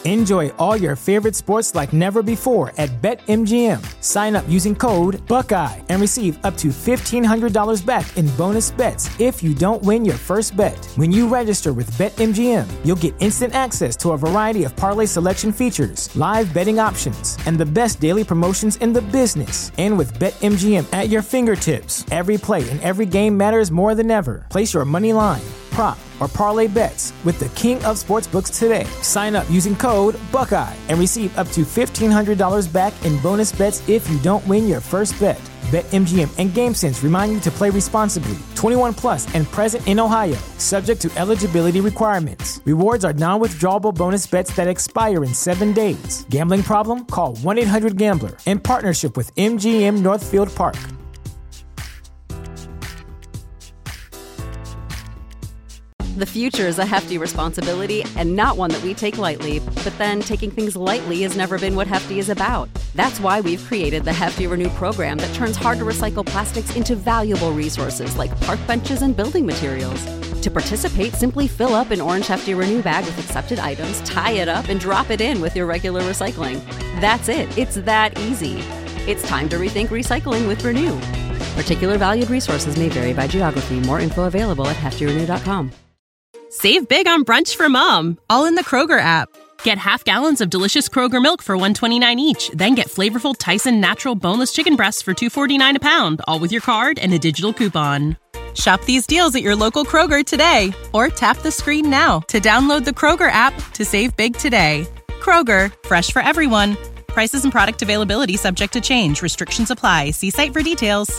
Enjoy all your favorite sports like never before at BetMGM. Sign up using code Buckeye and receive up to $1,500 back in bonus bets if you don't win your first bet. When you register with BetMGM, you'll get instant access to a variety of parlay selection features, live betting options, and the best daily promotions in the business. And with BetMGM at your fingertips, every play and every game matters more than ever. Place your money line, prop, or parlay bets with the king of sportsbooks today. Sign up using code Buckeye and receive up to $1,500 back in bonus bets if you don't win your first bet. BetMGM and GameSense remind you to play responsibly. 21 plus and present in Ohio, subject to eligibility requirements. Rewards are non-withdrawable bonus bets that expire in 7 days. Gambling problem? Call 1-800-GAMBLER. In partnership with MGM Northfield Park. The future is a hefty responsibility and not one that we take lightly. But then taking things lightly has never been what Hefty is about. That's why we've created the Hefty Renew program that turns hard-to-recycle plastics into valuable resources like park benches and building materials. To participate, simply fill up an orange Hefty Renew bag with accepted items, tie it up, and drop it in with your regular recycling. That's it. It's that easy. It's time to rethink recycling with Renew. Particular valued resources may vary by geography. More info available at heftyrenew.com. Save big on brunch for mom, all in the Kroger app. Get half gallons of delicious Kroger milk for $1.29 each. Then get flavorful Tyson natural boneless chicken breasts for $2.49 a pound, all with your card and a digital coupon. Shop these deals at your local Kroger today, or tap the screen now to download the Kroger app to save big today. Kroger, fresh for everyone. Prices and product availability subject to change. Restrictions apply. See site for details.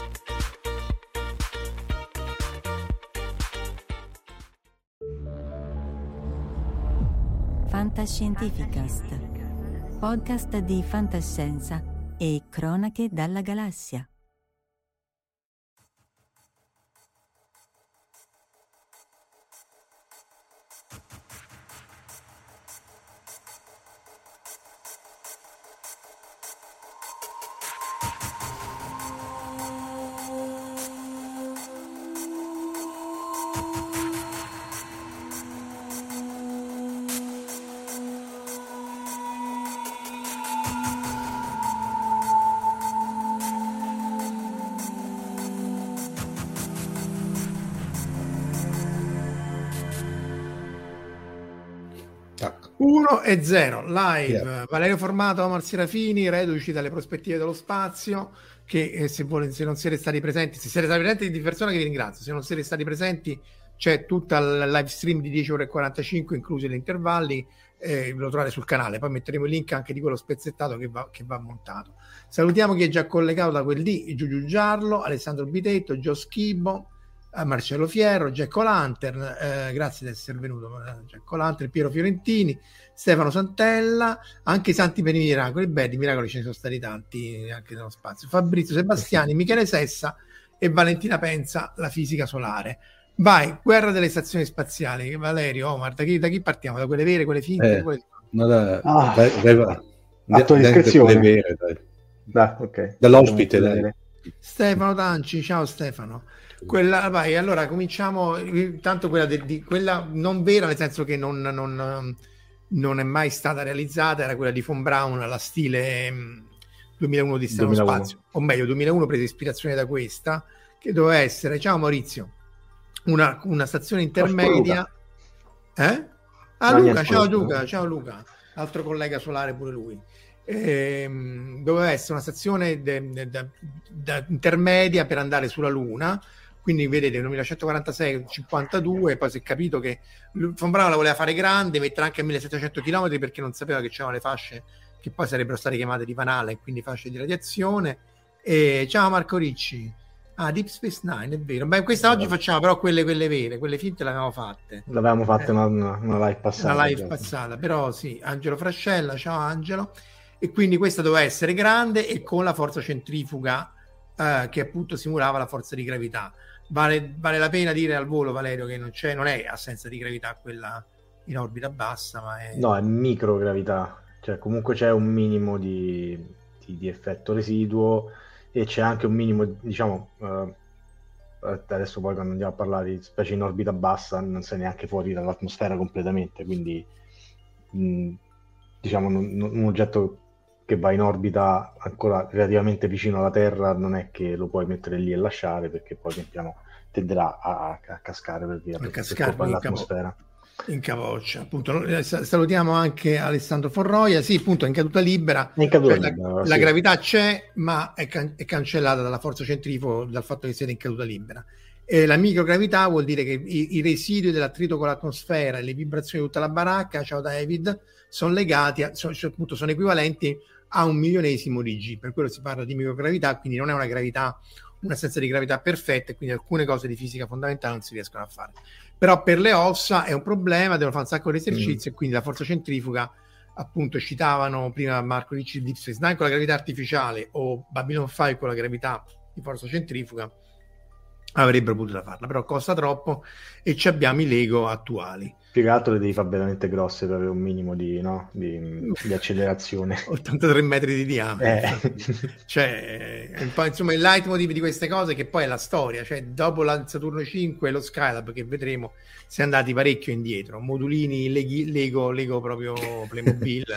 Fantascientificast, podcast di fantascienza e cronache dalla galassia. Uno e 0 live, yeah. Valerio Formato, Omar Serafini, reduci dalle prospettive dello spazio, che se non siete stati presenti, se siete stati presenti di persona che vi ringrazio, se non siete stati presenti c'è tutta il live stream di 10 ore e 45 inclusi gli intervalli, lo trovate sul canale, poi metteremo il link anche di quello spezzettato che va montato. Salutiamo chi è già collegato da quel lì: Giugiu Giarlo, Alessandro Bitetto, Gio Schibbo, Marcello Fierro, Jack O'Lantern, grazie di essere venuto, Jack O'Lantern, Piero Fiorentini, Stefano Santella, anche i santi per i miracoli, di miracoli ce ne sono stati tanti anche nello spazio, Fabrizio Sebastiani, Michele Sessa e Valentina Penza, la fisica solare. Vai, guerra delle stazioni spaziali. Valerio, Omar, da chi partiamo? Da quelle vere, quelle finte? A tua discrezione. Vere, dai. Okay. Dall'ospite, dai. Stefano Tanci, ciao Stefano. Vai, allora cominciamo. Tanto quella quella non vera, nel senso che non è mai stata realizzata, era quella di Von Braun alla stile 2001 di Stello Spazio, o meglio 2001 prese ispirazione da questa, che doveva essere, ciao Maurizio, una stazione intermedia. Luca, ciao Luca, altro collega solare pure lui. Doveva essere una stazione intermedia per andare sulla Luna, quindi vedete 1946-52, poi si è capito che Von Braun la voleva fare grande, mettere anche a 1700 km, perché non sapeva che c'erano le fasce che poi sarebbero state chiamate di Vanale, quindi fasce di radiazione. Ciao Marco Ricci. Deep Space Nine, è vero. Questa oggi facciamo però quelle vere, quelle finte l'avevamo fatte una live passata, però sì. Angelo Frascella, ciao Angelo. E quindi questa doveva essere grande e con la forza centrifuga che appunto simulava la forza di gravità. Vale la pena dire al volo, Valerio, che non è assenza di gravità quella in orbita bassa, ma è microgravità, cioè comunque c'è un minimo di effetto residuo, e c'è anche un minimo, diciamo, adesso poi quando andiamo a parlare di specie in orbita bassa non sei neanche fuori dall'atmosfera completamente, quindi diciamo, un oggetto che va in orbita ancora relativamente vicino alla Terra non è che lo puoi mettere lì e lasciare, perché poi pian piano tenderà a cascare per via dell'atmosfera. In capoccia, appunto. Salutiamo anche Alessandro Forroia. Sì, appunto, è in caduta libera. La gravità c'è, ma è cancellata dalla forza centrifuga, dal fatto che siete in caduta libera. E la microgravità vuol dire che i residui dell'attrito con l'atmosfera e le vibrazioni di tutta la baracca, ciao David, sono legati, appunto, sono equivalenti a 1/1000 di G. Per quello si parla di microgravità, quindi non è un'assenza di gravità perfetta, e quindi alcune cose di fisica fondamentale non si riescono a fare. Però per le ossa è un problema, devono fare un sacco di esercizi, e quindi la forza centrifuga, appunto, citavano prima Marco Ricci Deep Space Nine con la gravità artificiale o Babylon 5 con la gravità di forza centrifuga, avrebbero potuto farla, però costa troppo e ci abbiamo i Lego attuali. Più che altro le devi fare veramente grosse per avere un minimo di accelerazione. 83 metri di diametro. Cioè, un po', insomma, il leitmotiv di queste cose, che poi è la storia, cioè dopo la Saturno 5 e lo Skylab, che vedremo, si è andati parecchio indietro, modulini Lego proprio Playmobil.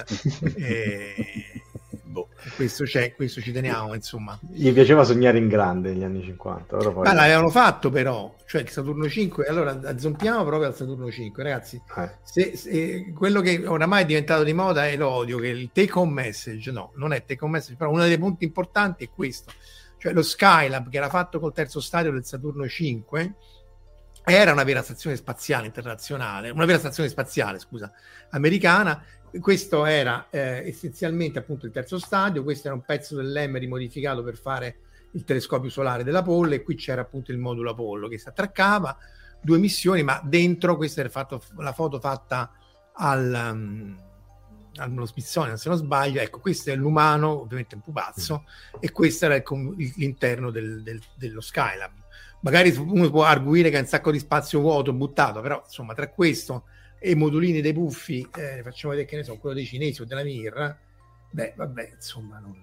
Questo ci teniamo, insomma. Gli piaceva sognare in grande negli anni 50. Ora poi... Ma l'avevano fatto, però, cioè il Saturno 5, allora azzompiamo proprio al Saturno 5, ragazzi. Se quello che oramai è diventato di moda è l'odio, che il take home message, no, non è take home message, però uno dei punti importanti è questo, cioè lo Skylab, che era fatto col terzo stadio del Saturno 5, era una vera stazione spaziale internazionale, una vera stazione spaziale, scusa, americana. Questo era essenzialmente, appunto, il terzo stadio. Questo era un pezzo dell'Emery modificato per fare il telescopio solare dell'Apollo, e qui c'era appunto il modulo Apollo che si attraccava, 2 missioni, ma dentro, questa era la foto fatta allo Smithsonian, se non sbaglio. Ecco, questo è l'umano, ovviamente un pupazzo, e questo era l'interno dello Skylab. Magari uno può arguire che è un sacco di spazio vuoto buttato, però insomma, tra questo e i modulini dei puffi, facciamo vedere, che ne so, quello dei cinesi o della Mir, vabbè, insomma, non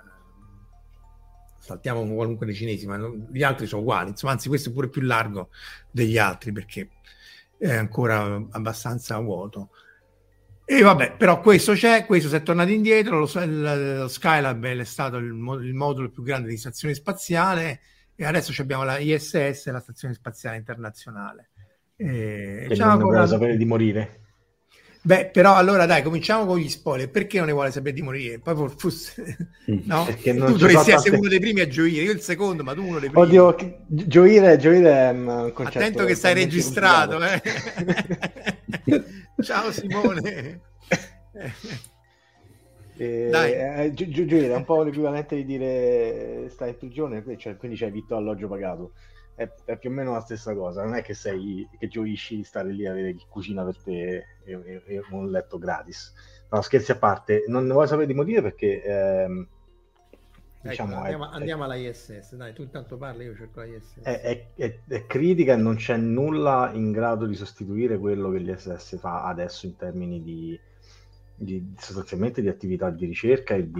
saltiamo qualunque dei cinesi, ma gli altri sono uguali, insomma, anzi questo è pure più largo degli altri, perché è ancora abbastanza vuoto. E vabbè, però questo si è tornato indietro. Lo Skylab è stato il modulo più grande di stazione spaziale, e adesso abbiamo la ISS, la Stazione Spaziale Internazionale. Che non ne vuole sapere di morire. Però allora dai, cominciamo con gli spoiler. Perché non ne vuole sapere di morire? Poi no? Perché tu dovresti essere uno dei primi a gioire, io il secondo, ma tu uno dei primi. Oddio, gioire è un concetto. Attento che stai registrato, Ciao Simone. Gioire è un po' l'equivalente di dire stai in prigione, quindi c'hai vitto alloggio pagato. È più o meno la stessa cosa. Non è che gioisci di stare lì a avere chi cucina per te e un letto gratis. No, scherzi a parte, non ne voglio sapere di morire, perché diciamo, andiamo alla ISS, dai, tu intanto parli, io cerco la ISS. È critica, e non c'è nulla in grado di sostituire quello che l'ISS fa adesso in termini di sostanzialmente di attività di ricerca e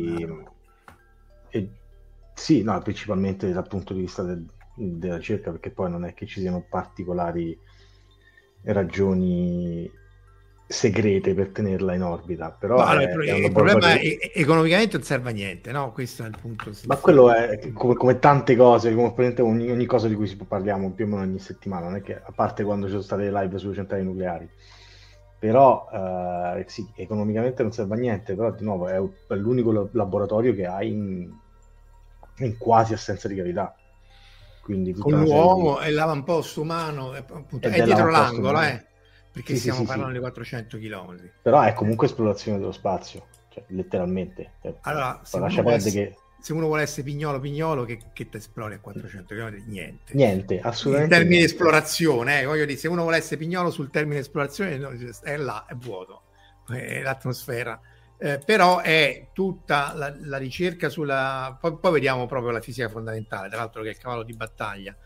sì, no, principalmente dal punto di vista della ricerca, perché poi non è che ci siano particolari ragioni segrete per tenerla in orbita, però il problema è economicamente non serve a niente, no? Questo è il punto. Ma quello è come tante cose, come ogni cosa di cui parliamo più o meno ogni settimana, non è che, a parte quando ci sono state le live sulle centrali nucleari, però sì, economicamente non serve a niente, però di nuovo è l'unico laboratorio che hai in quasi assenza di gravità. Quindi con l'uomo e l'avamposto umano, appunto, è dietro l'angolo, perché stiamo parlando di 400 km. Però è comunque esplorazione dello spazio, cioè letteralmente. Allora, se uno vuole essere pignolo, che ti esplori a 400 km? Niente, assolutamente. In termini di esplorazione, voglio dire, se uno vuole essere pignolo sul termine esplorazione, è là, è vuoto, è l'atmosfera. Però è tutta la ricerca sulla... Poi vediamo proprio la fisica fondamentale, tra l'altro, che è il cavallo di battaglia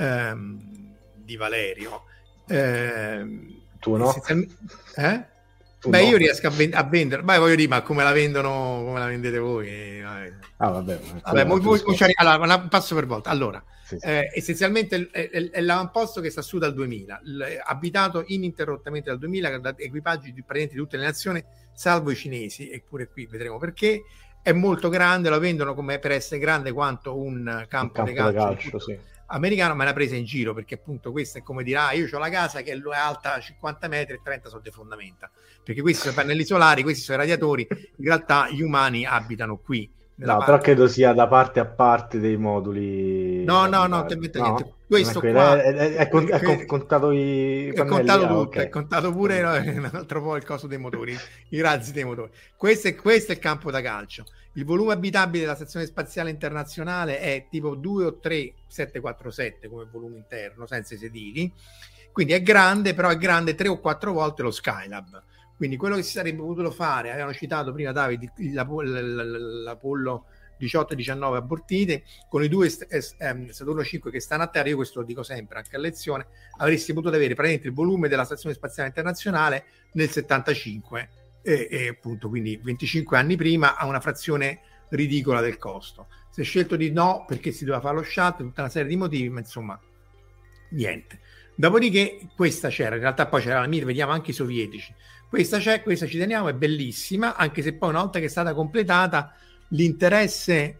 di Valerio. Tu no? Beh, io riesco a vendere, beh, voglio dire, ma come la vendono, come la vendete voi? Vabbè, allora, passo per volta. Allora, sì. Essenzialmente è l'avamposto che sta su dal 2000, abitato ininterrottamente dal 2000, da equipaggi di praticamente di tutte le nazioni, salvo i cinesi, eppure qui vedremo perché. È molto grande, lo vendono come per essere grande quanto un campo di calcio sì. americano, ma l'ha presa in giro perché appunto questa è come dirà io ho la casa che è alta 50 metri e 30 sono le fondamenta, perché questi sono pannelli solari, questi sono i radiatori, in realtà gli umani abitano qui. No, però credo sia da parte a parte dei moduli. No, te inventa niente. Questo qua è contato i pannelli. È contato tutto, okay. È contato pure un altro po' il coso dei motori, i razzi dei motori. Questo è il campo da calcio. Il volume abitabile della Stazione Spaziale Internazionale è tipo 2 o 3 747 come volume interno, senza i sedili. Quindi è grande, però è grande 3 o 4 volte lo Skylab. Quindi quello che si sarebbe potuto fare, avevano citato prima Davide l'Apollo 18 e 19 abortite, con i 2 Saturno 5 che stanno a terra, io questo lo dico sempre anche a lezione, avresti potuto avere praticamente il volume della Stazione Spaziale Internazionale nel 75 e appunto quindi 25 anni prima a una frazione ridicola del costo. Si è scelto di no perché si doveva fare lo shuttle, tutta una serie di motivi, ma insomma niente. Dopodiché questa c'era, in realtà poi c'era la Mir, vediamo anche i sovietici. Questa c'è, questa ci teniamo, è bellissima, anche se poi una volta che è stata completata l'interesse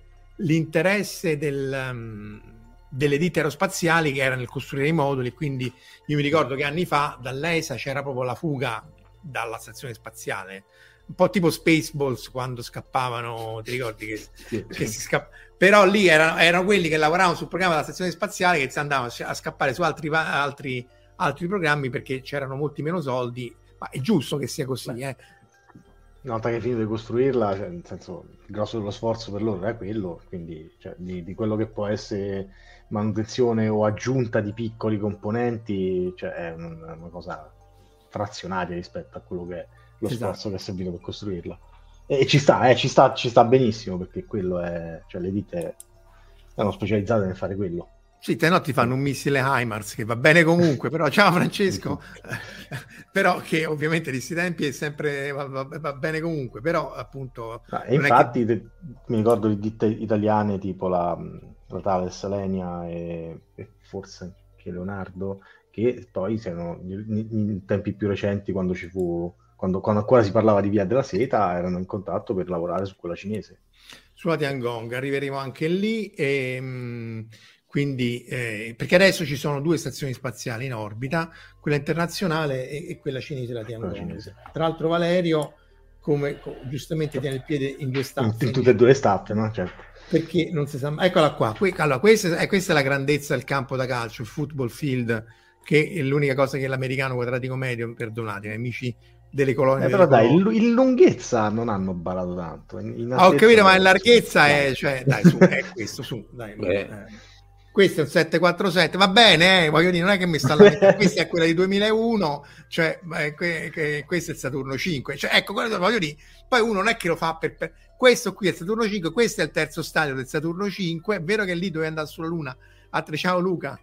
delle ditte aerospaziali che era nel costruire i moduli, quindi io mi ricordo che anni fa dall'ESA c'era proprio la fuga dalla stazione spaziale, un po' tipo Spaceballs quando scappavano, ti ricordi che si scappa? Però lì erano quelli che lavoravano sul programma della stazione spaziale che si andavano a scappare su altri programmi perché c'erano molti meno soldi, ma è giusto che sia così. Una volta che hai finito di costruirla, cioè, nel senso, il grosso dello sforzo per loro è quello, quindi cioè, di quello che può essere manutenzione o aggiunta di piccoli componenti, cioè è una cosa frazionaria rispetto a quello che è lo sforzo che è servito per costruirla. E ci sta benissimo, perché quello è, cioè le ditte sono specializzate nel fare quello. Sì, te no ti fanno un missile HIMARS che va bene comunque, però ciao Francesco, però che ovviamente di questi tempi è sempre va bene comunque, però appunto... E infatti mi ricordo di ditte italiane tipo la Thales, Alenia e forse anche Leonardo, che poi siano in tempi più recenti quando ci fu... Quando ancora si parlava di Via della Seta, erano in contatto per lavorare su quella cinese. Sulla Tiangong, arriveremo anche lì, quindi, perché adesso ci sono 2 stazioni spaziali in orbita, quella internazionale e quella cinese, la Tiangong. Tra l'altro Valerio, come giustamente tiene il piede in 2 staffe. In tutte e 2 le staffe, no? Certo. Perché non si sa mai. Eccola qua. Allora, questa è la grandezza del campo da calcio, il football field, che è l'unica cosa che l'americano quadratico medio, perdonatemi, amici delle colonie, però dai, in lunghezza non hanno barato tanto. Ho capito, ma in larghezza è, cioè, dai, su, è questo, su, dai. Questo è un 747, va bene, voglio dire, non è che mi sta la questa è quella di 2001, cioè questo è il Saturno 5, cioè, ecco, voglio dire, poi uno non è che lo fa per questo qui è il Saturno 5, questo è il terzo stadio del Saturno 5, è vero che lì dove andare sulla Luna, ciao Luca,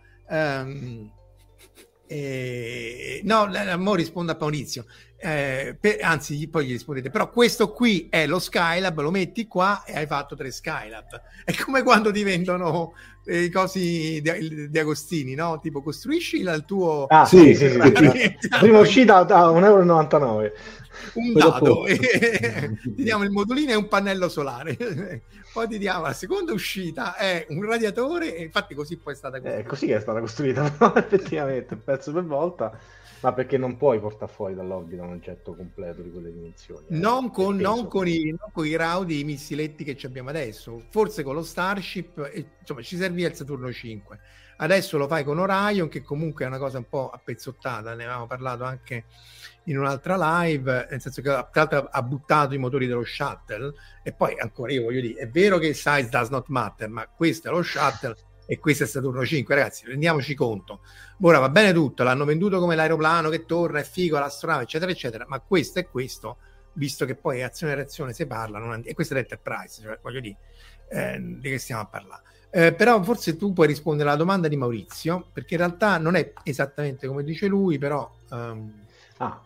no, mo rispondo a Maurizio, anzi poi gli rispondete, però questo qui è lo Skylab, lo metti qua e hai fatto 3 Skylab, è come quando ti vendono i cosi di Agostini, no? Tipo costruisci il tuo sì. Prima uscita a €1,99 un dado ti diamo il modulino e un pannello solare poi ti diamo la seconda uscita è un radiatore e infatti così poi è stata costruita. È così che è stata costruita, no? Effettivamente un pezzo per volta, ma perché non puoi portare fuori dall'orbita un oggetto completo di quelle dimensioni, non con i raudi, i missiletti che abbiamo adesso, forse con lo Starship, insomma ci serviva il Saturno 5, adesso lo fai con Orion che comunque è una cosa un po' appezzottata, ne avevamo parlato anche in un'altra live, nel senso che tra l'altro ha buttato i motori dello shuttle e poi ancora io voglio dire, è vero che il size does not matter, ma questo è lo shuttle e questo è Saturno 5, ragazzi, rendiamoci conto. Ora va bene tutto, l'hanno venduto come l'aeroplano che torna, è figo, l'astronave eccetera eccetera, ma questo è questo, visto che poi azione e reazione si parla, e questo è l'Enterprise, cioè, voglio dire, di che stiamo a parlare. Però forse tu puoi rispondere alla domanda di Maurizio, perché in realtà non è esattamente come dice lui, però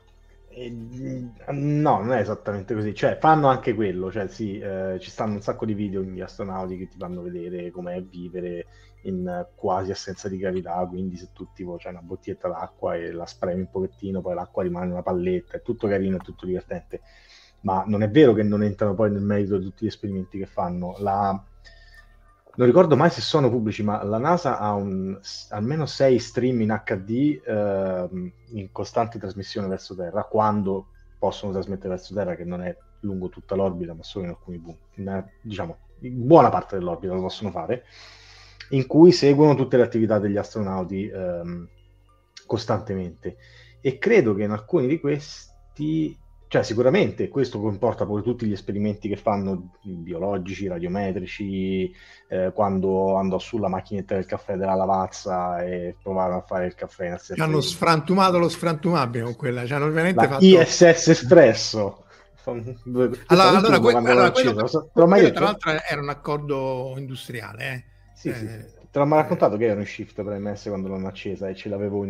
No, non è esattamente così, cioè fanno anche quello, cioè sì, ci stanno un sacco di video di astronauti che ti fanno vedere com'è vivere in quasi assenza di gravità, quindi se tu tipo c'hai una bottiglietta d'acqua e la spremi un pochettino, poi l'acqua rimane una palletta, è tutto carino, è tutto divertente, ma non è vero che non entrano poi nel merito di tutti gli esperimenti che fanno. Non ricordo mai se sono pubblici, ma la NASA ha almeno 6 stream in HD in costante trasmissione verso Terra, quando possono trasmettere verso Terra, che non è lungo tutta l'orbita, ma solo in alcuni punti. Diciamo, in buona parte dell'orbita lo possono fare, in cui seguono tutte le attività degli astronauti costantemente. E credo che in alcuni di questi... Cioè, sicuramente questo comporta poi tutti gli esperimenti che fanno biologici, radiometrici, quando andò sulla macchinetta del caffè della Lavazza e provarono a fare il caffè in assenza. Hanno sfrantumato lo sfrantumabile con quella, cioè hanno veramente fatto... ISS Espresso. Allora quello tra l'altro era un accordo industriale. Sì. Te l'ho mai raccontato che ero in shift per MS quando l'hanno accesa e ce l'avevo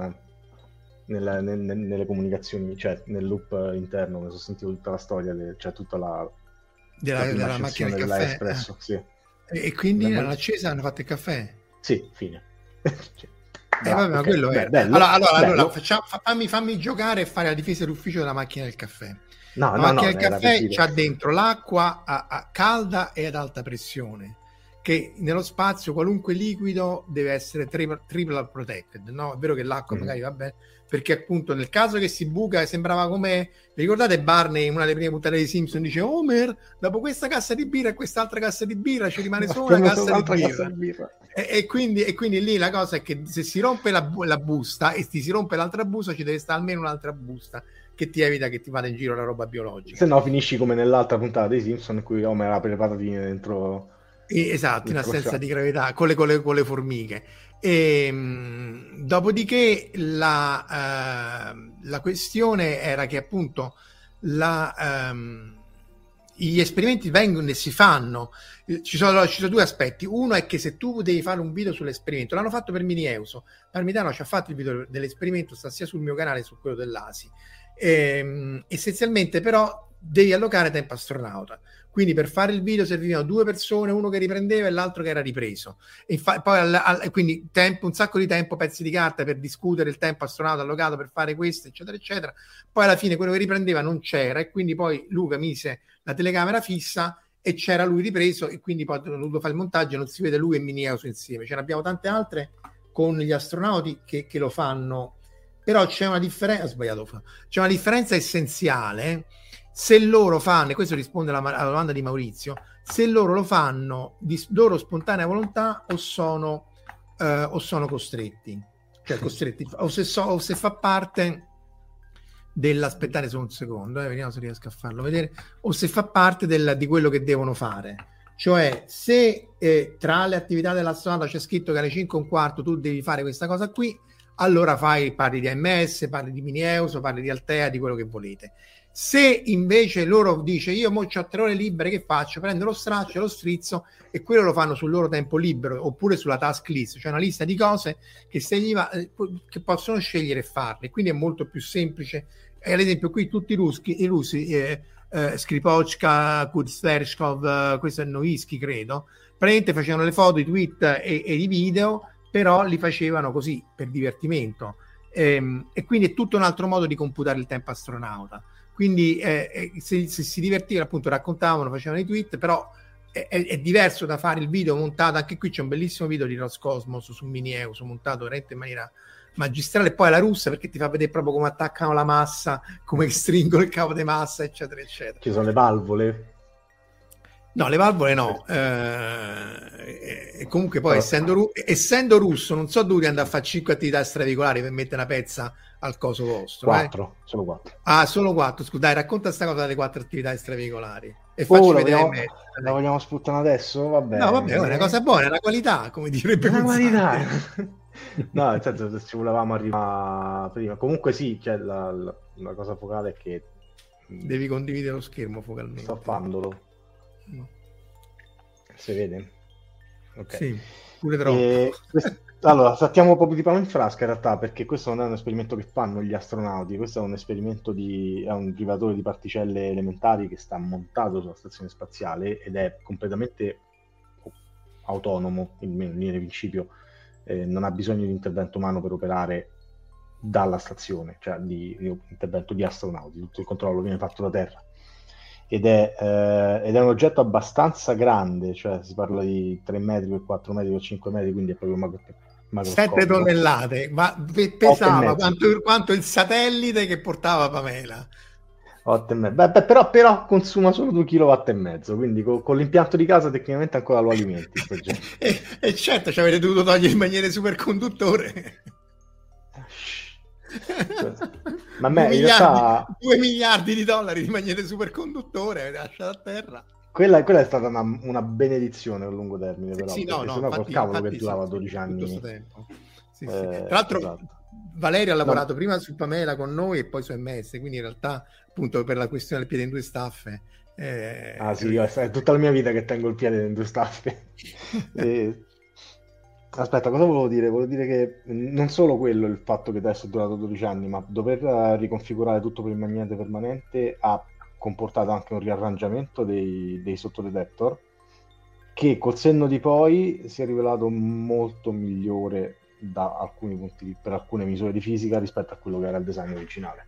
nelle comunicazioni, cioè nel loop interno, mi sono sentito tutta la storia, cioè tutta della macchina del caffè. Espresso, sì. E quindi l'hanno accesa, hanno fatto il caffè? Sì, fine. Vabbè, ma quello è bello. Allora fammi giocare e fare la difesa d'ufficio della macchina del caffè. La macchina del caffè c'ha dentro l'acqua calda e ad alta pressione, che nello spazio qualunque liquido deve essere triple protected, no? È vero che l'acqua magari va bene, perché appunto nel caso che si buca, sembrava come, vi ricordate Barney in una delle prime puntate dei Simpson dice Homer, dopo questa cassa di birra e quest'altra cassa di birra ci rimane solo una cassa di birra. E quindi lì la cosa è che se si rompe la busta e si rompe l'altra busta, ci deve stare almeno un'altra busta che ti evita che ti vada in giro la roba biologica. Se no finisci come nell'altra puntata dei Simpson in cui Homer apre le patatine dentro... Esatto, in assenza di gravità, con le formiche. Dopodiché la questione era che appunto gli esperimenti vengono e si fanno. Ci sono due aspetti. Uno è che se tu devi fare un video sull'esperimento, l'hanno fatto per Minieuso, Parmitano ci ha fatto il video dell'esperimento, sta sia sul mio canale che su quello dell'ASI. Essenzialmente però devi allocare tempo astronauta, quindi per fare il video servivano 2 persone, uno che riprendeva e l'altro che era ripreso, e poi quindi un sacco di tempo, pezzi di carta per discutere il tempo astronauta allocato per fare questo eccetera eccetera. Poi alla fine quello che riprendeva non c'era e quindi poi Luca mise la telecamera fissa e c'era lui ripreso e quindi poi hanno dovuto fare il montaggio, non si vede lui e Minieuso insieme. Ce ne abbiamo tante altre con gli astronauti che lo fanno, però c'è una differenza, c'è una differenza essenziale. Se loro fanno, e questo risponde alla domanda di Maurizio, se loro lo fanno di loro spontanea volontà o sono costretti, cioè costretti, o se fa parte aspettate solo un secondo, vediamo se riesco a farlo vedere, o se fa parte di quello che devono fare. Cioè se tra le attività dell'astronauta c'è scritto che alle 5:15 tu devi fare questa cosa qui, allora parli di AMS, parli di Minieuso, parli di Altea, di quello che volete. Se invece loro dice io mo c'ho 3 ore libere, che faccio? Prendo lo straccio, lo strizzo, e quello lo fanno sul loro tempo libero oppure sulla task list, cioè una lista di cose che che possono scegliere e farle, quindi è molto più semplice. E ad esempio qui tutti i russi Skripochka, Kuzterskov, questo è Novisky credo, praticamente facevano le foto, i tweet e i video, però li facevano così per divertimento, e quindi è tutto un altro modo di computare il tempo astronauta. Quindi se si divertivano, appunto raccontavano, facevano i tweet, però è diverso da fare il video montato. Anche qui c'è un bellissimo video di Roscosmos su Minieuso montato veramente in maniera magistrale, poi alla russa, perché ti fa vedere proprio come attaccano la massa, come stringono il cavo di massa eccetera eccetera. Ci sono le valvole? No, le valvole no, e comunque poi essendo russo non so dovuti andare a fare 5 attività extraveicolari per mettere una pezza al coso vostro. 4, solo 4. Ah, solo 4, scusa, dai, racconta sta cosa delle 4 attività extraveicolari e facci vedere. La vogliamo sputtare adesso? Vabbè. No, vabbè, è una cosa buona, è una qualità, come direbbe una qualità. No, nel senso, se ci volevamo arrivare prima. Comunque sì, cioè, la cosa focale è che devi condividere lo schermo focalmente. Sto fandolo. No. Si vede? Ok. Sì, pure troppo. Allora, saltiamo proprio di palo in frasca in realtà, perché questo non è un esperimento che fanno gli astronauti, questo è un esperimento è un rivelatore di particelle elementari che sta montato sulla stazione spaziale ed è completamente autonomo, in linea di principio, non ha bisogno di intervento umano per operare dalla stazione, cioè di intervento di astronauti, tutto il controllo viene fatto da terra. Ed è un oggetto abbastanza grande, cioè si parla di 3 metri per 4 metri per 5 metri, quindi è proprio macroscopico. 7 tonnellate, ma pesava quanto il satellite che portava Pamela. 8,5. Però consuma solo 2,5 kW, quindi con l'impianto di casa tecnicamente ancora lo alimenti. E certo, ci avete dovuto togliere il magnete superconduttore. Ma a me in realtà 2 miliardi di dollari di magnete superconduttore avete lasciato a terra. Quella è stata una benedizione a lungo termine, però, sì, sennò col cavolo che durava 12 anni. Sì. Tra l'altro, esatto. Valerio ha lavorato prima su Pamela con noi e poi su MS, quindi in realtà, appunto, per la questione del piede in due staffe. Sì, è tutta la mia vita che tengo il piede in due staffe. Aspetta, cosa volevo dire? Volevo dire che non solo quello, il fatto che adesso è durato 12 anni, ma dover riconfigurare tutto per il magnete permanente ha comportato anche un riarrangiamento dei sottodetector che col senno di poi si è rivelato molto migliore da alcuni punti per alcune misure di fisica rispetto a quello che era il design originale.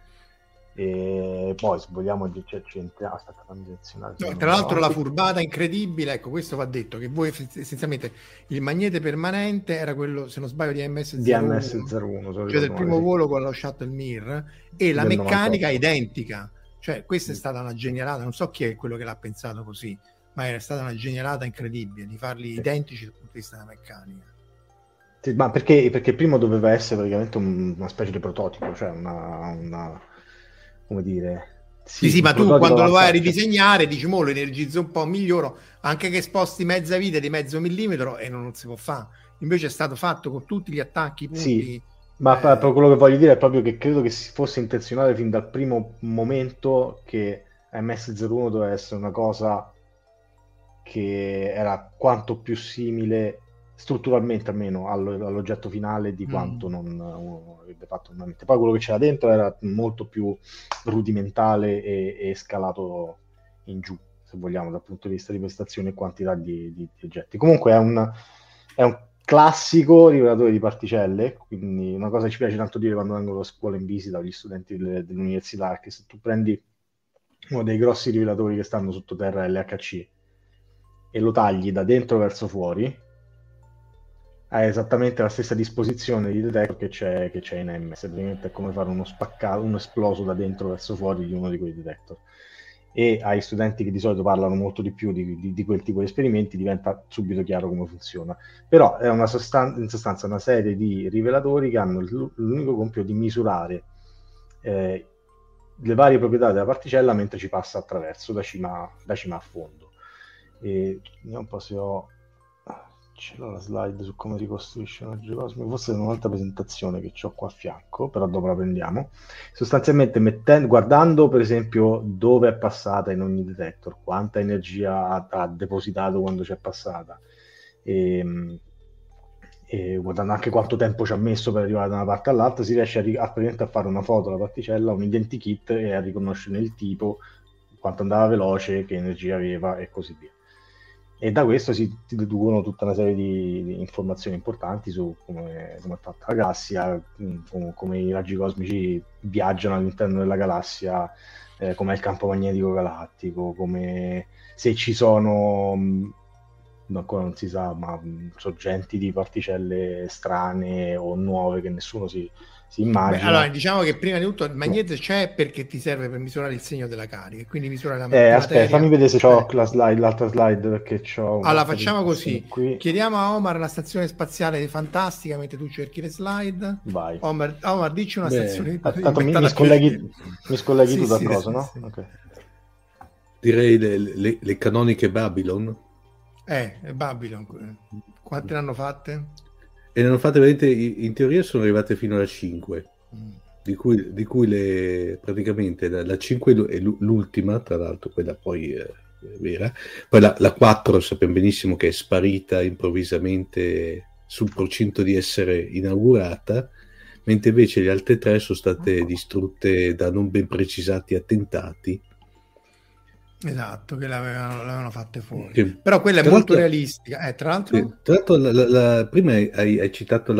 E poi se vogliamo aspetta, tra l'altro la furbata incredibile, ecco, questo va detto, che voi essenzialmente il magnete permanente era quello, se non sbaglio, di MS01, cioè del primo volo con lo shuttle Mir, e la meccanica è identica. Cioè, questa è stata una genialata, non so chi è quello che l'ha pensato così, ma era stata una genialata incredibile di farli identici dal punto di vista della meccanica. Sì, ma perché il primo doveva essere praticamente una specie di prototipo, cioè una come dire... Sì, ma tu quando lo vai a ridisegnare dici, mo lo energizzo un po', miglioro, anche che sposti mezza vite di mezzo millimetro e non si può fare. Invece è stato fatto con tutti gli attacchi, punti... Sì. Ma proprio quello che voglio dire è proprio che credo che fosse intenzionale fin dal primo momento che MS01 doveva essere una cosa che era quanto più simile strutturalmente almeno all'oggetto finale di quanto non avrebbe fatto normalmente. Poi quello che c'era dentro era molto più rudimentale e scalato in giù, se vogliamo, dal punto di vista di prestazione e quantità di oggetti. Comunque è un classico rivelatore di particelle, quindi una cosa che ci piace tanto dire quando vengono a scuola in visita gli studenti dell'università, che se tu prendi uno dei grossi rivelatori che stanno sottoterra LHC e lo tagli da dentro verso fuori, hai esattamente la stessa disposizione di detector che c'è in MS, praticamente è come fare uno esploso da dentro verso fuori di uno di quei detector. E ai studenti che di solito parlano molto di più di quel tipo di esperimenti diventa subito chiaro come funziona. Però è in sostanza una serie di rivelatori che hanno l'unico compito di misurare le varie proprietà della particella mentre ci passa attraverso da cima a fondo. E vediamo un po' se ce l'ho la slide su come ricostruisce un raggio cosmico, forse è un'altra presentazione che ho qua a fianco, però dopo la prendiamo. Sostanzialmente guardando per esempio dove è passata in ogni detector, quanta energia ha depositato quando c'è passata, e guardando anche quanto tempo ci ha messo per arrivare da una parte all'altra, si riesce a fare una foto della particella, un identikit, e a riconoscere il tipo, quanto andava veloce, che energia aveva e così via. E da questo si deducono tutta una serie di informazioni importanti su come è fatta la galassia, come i raggi cosmici viaggiano all'interno della galassia, com'è il campo magnetico galattico, come se ci sono, ancora non si sa, ma sorgenti di particelle strane o nuove che nessuno si immagina. Allora, diciamo che prima di tutto il magnete c'è perché ti serve per misurare il segno della carica, quindi misurare la materia. Aspetta, fammi vedere se c'ho l'altra slide, perché c'ho... Allora, facciamo così. Qui. Chiediamo a Omar la stazione spaziale fantastica mentre tu cerchi le slide. Vai. Omar, dici una stazione... mi scolleghi tu da cosa, no? Sì. Okay. Direi le canoniche Babylon. Babylon. Quante ne hanno fatte? E ne hanno fatte veramente, in teoria sono arrivate fino alla 5, di cui praticamente la 5 è l'ultima, tra l'altro, quella poi vera. Poi la 4 sappiamo benissimo che è sparita improvvisamente sul procinto di essere inaugurata, mentre invece le altre 3 sono state distrutte da non ben precisati attentati. Esatto, che l'avevano fatte fuori. Che, però quella è molto realistica. Tra l'altro, prima hai citato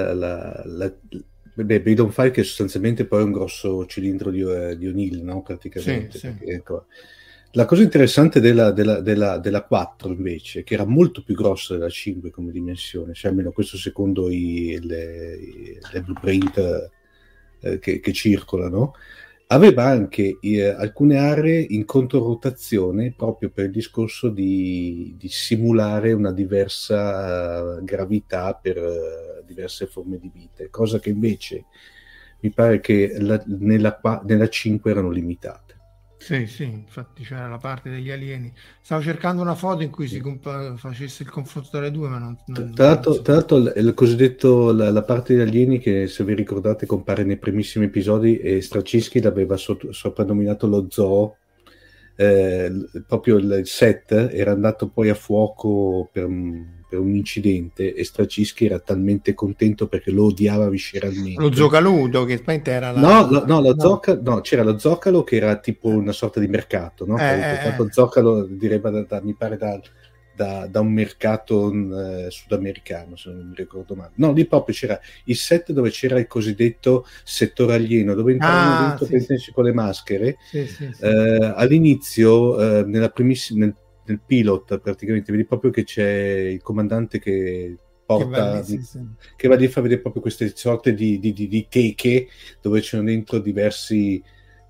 Babylon 5, che sostanzialmente poi è un grosso cilindro di O'Neill, no? Praticamente. Sì. Perché, ecco, la cosa interessante della 4 invece, che era molto più grossa della 5 come dimensione, cioè almeno questo secondo le blueprint che circolano, aveva anche alcune aree in controrotazione proprio per il discorso di simulare una diversa gravità per diverse forme di vita, cosa che invece mi pare che nella 5 erano limitate. Sì, infatti c'era la parte degli alieni. Stavo cercando una foto in cui si facesse il confronto tra le due, ma non tra l'altro il cosiddetto la parte degli alieni, che se vi ricordate compare nei primissimi episodi, e Straczynski l'aveva soprannominato lo zoo. Proprio il set era andato poi a fuoco per un incidente, e Straczynski era talmente contento perché lo odiava visceralmente. Lo Zocaludo, che era c'era lo Zocalo, che era tipo una sorta di mercato, no? Lo Zocalo deriva mi pare da un mercato sudamericano, se non mi ricordo male. No, lì proprio c'era il set dove c'era il cosiddetto settore alieno, dove entravano dentro per intenderci con le maschere. All'inizio, nel pilot, praticamente vedi proprio che c'è il comandante che porta, che va lì a far vedere proprio queste sorte di teche dove c'erano dentro diversi.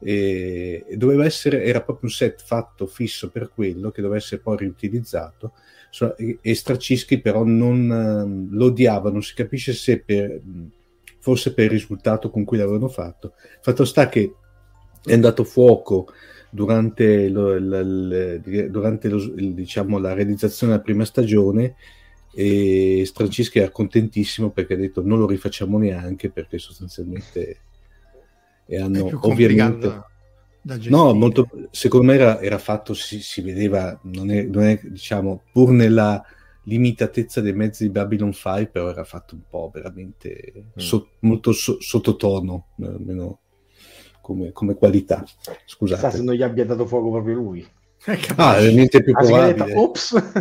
Era proprio un set fatto fisso per quello, che doveva essere poi riutilizzato, e Straczynski però non lo odiava, non si capisce se forse per il risultato con cui l'avevano fatto. Fatto sta che è andato a fuoco durante diciamo la realizzazione della prima stagione, e Straczynski era contentissimo perché ha detto non lo rifacciamo neanche, perché sostanzialmente hanno ovviamente molto, secondo me era fatto, si vedeva, non è diciamo, pur nella limitatezza dei mezzi di Babylon 5, però era fatto un po' veramente molto sottotono, almeno come qualità. Scusate, chissà se non gli abbia dato fuoco proprio lui. È niente più probabile. Ops.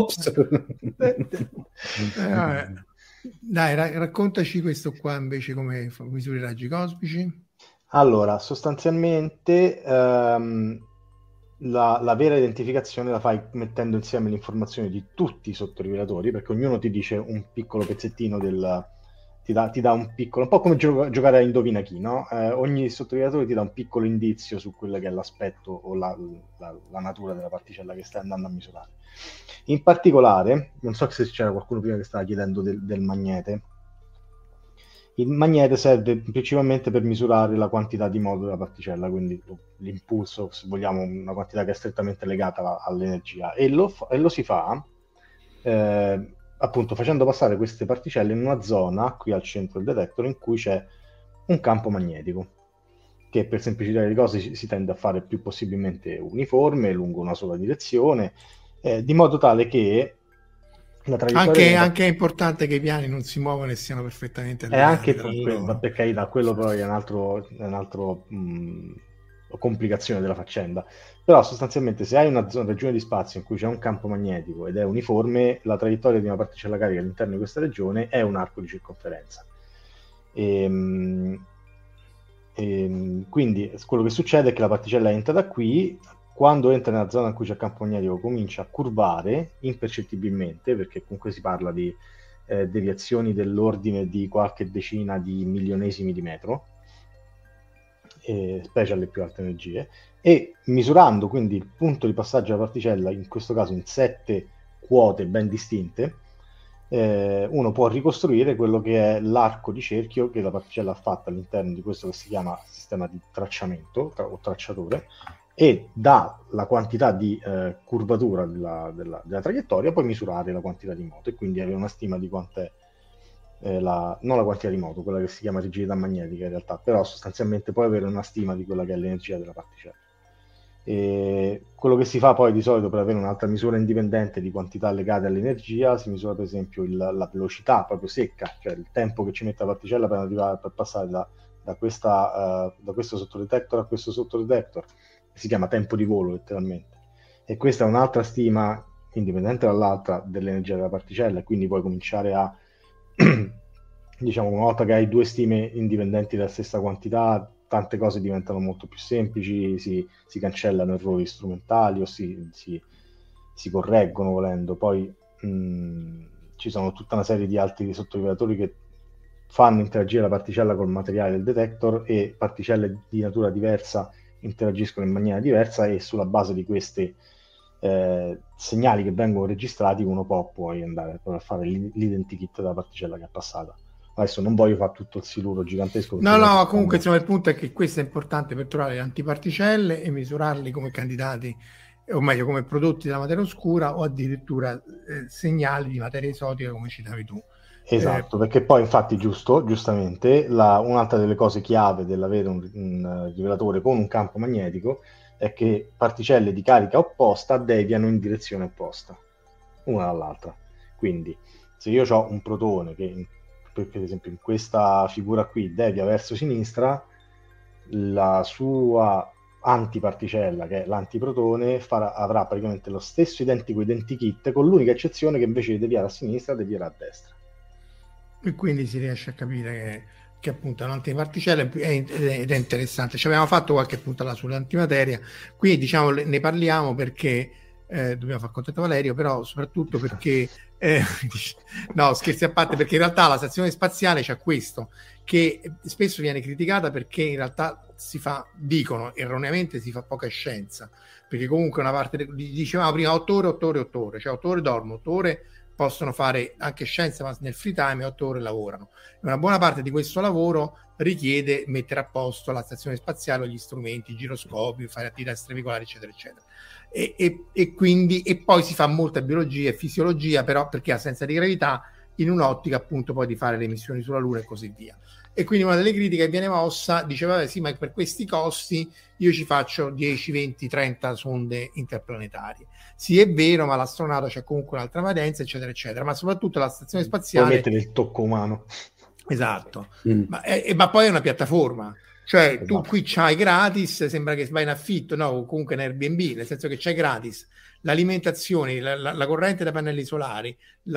Dai, raccontaci questo qua invece, come misura i raggi cosmici. Allora, sostanzialmente la vera identificazione la fai mettendo insieme le informazioni di tutti i sottorivelatori, perché ognuno ti dice un piccolo pezzettino ti dà un piccolo, un po' come giocare a indovina chi, no? Ogni sottorivelatore ti dà un piccolo indizio su quello che è l'aspetto o la natura della particella che stai andando a misurare. In particolare, non so se c'era qualcuno prima che stava chiedendo del magnete. Il magnete serve principalmente per misurare la quantità di moto della particella, quindi l'impulso, se vogliamo, una quantità che è strettamente legata all'energia, e lo si fa appunto facendo passare queste particelle in una zona qui al centro del detector in cui c'è un campo magnetico, che per semplificare le cose si tende a fare più possibilmente uniforme, lungo una sola direzione, di modo tale che anche è importante che i piani non si muovono e siano perfettamente allineati. Per carità, quello poi è un altro complicazione della faccenda, però sostanzialmente se hai una regione di spazio in cui c'è un campo magnetico ed è uniforme, la traiettoria di una particella carica all'interno di questa regione è un arco di circonferenza. Quindi quello che succede è che la particella entra da qui. Quando entra nella zona in cui c'è il campo magnetico comincia a curvare impercettibilmente, perché comunque si parla di deviazioni dell'ordine di qualche decina di milionesimi di metro, specie alle più alte energie, e misurando quindi il punto di passaggio della particella, in questo caso in 7 quote ben distinte, uno può ricostruire quello che è l'arco di cerchio che la particella ha fatto all'interno di questo che si chiama sistema di tracciamento o tracciatore, e da la quantità di curvatura della traiettoria puoi misurare la quantità di moto, e quindi avere una stima di quant'è non la quantità di moto, quella che si chiama rigidità magnetica in realtà, però sostanzialmente puoi avere una stima di quella che è l'energia della particella. E quello che si fa poi di solito per avere un'altra misura indipendente di quantità legate all'energia, si misura per esempio la velocità proprio secca, cioè il tempo che ci mette la particella per arrivare, per passare da questo sottodetector a questo sottodetector, si chiama tempo di volo letteralmente, e questa è un'altra stima indipendente dall'altra dell'energia della particella, e quindi puoi cominciare a diciamo, una volta che hai due stime indipendenti della stessa quantità, tante cose diventano molto più semplici, si cancellano errori strumentali o si correggono volendo. Poi ci sono tutta una serie di altri sottolineatori che fanno interagire la particella col materiale del detector, e particelle di natura diversa interagiscono in maniera diversa, e sulla base di questi segnali che vengono registrati uno può poi andare a fare l'identikit della particella che è passata. Adesso non voglio fare tutto il siluro gigantesco. No, comunque insomma, il punto è che questo è importante per trovare le antiparticelle e misurarli come candidati, o meglio come prodotti della materia oscura, o addirittura segnali di materia esotica come citavi tu. Esatto, perché poi infatti giustamente un'altra delle cose chiave dell'avere un rivelatore con un campo magnetico è che particelle di carica opposta deviano in direzione opposta una dall'altra. Quindi se io ho un protone che per esempio in questa figura qui devia verso sinistra, la sua antiparticella, che è l'antiprotone, avrà praticamente lo stesso identico identikit, con l'unica eccezione che invece di deviare a sinistra devierà a destra. E quindi si riesce a capire che appunto è un'antiparticella ed è interessante. Ci avevamo fatto qualche puntata sull'antimateria, qui diciamo ne parliamo perché dobbiamo far contento Valerio, però soprattutto perché no, scherzi a parte, perché in realtà la stazione spaziale c'ha questo, che spesso viene criticata perché in realtà dicono erroneamente si fa poca scienza, perché comunque una parte dicevamo prima 8 ore, cioè 8 ore dormono, 8 ore possono fare anche scienza, ma nel free time 8 ore lavorano. Una buona parte di questo lavoro richiede mettere a posto la stazione spaziale, gli strumenti, i giroscopi, fare attività extraveicolari, eccetera, eccetera. E quindi poi si fa molta biologia e fisiologia, però perché assenza di gravità, in un'ottica appunto poi di fare le missioni sulla Luna e così via. E quindi una delle critiche che viene mossa diceva sì, ma per questi costi io ci faccio 10, 20, 30 sonde interplanetarie. Sì, è vero, ma l'astronauta c'è comunque un'altra valenza, eccetera, eccetera. Ma soprattutto la stazione spaziale... Puoi mettere il tocco umano. Esatto. Ma poi è una piattaforma. Cioè, tu qui c'hai gratis, sembra che vai in affitto, no? O comunque in Airbnb, nel senso che c'hai gratis l'alimentazione, la corrente da pannelli solari,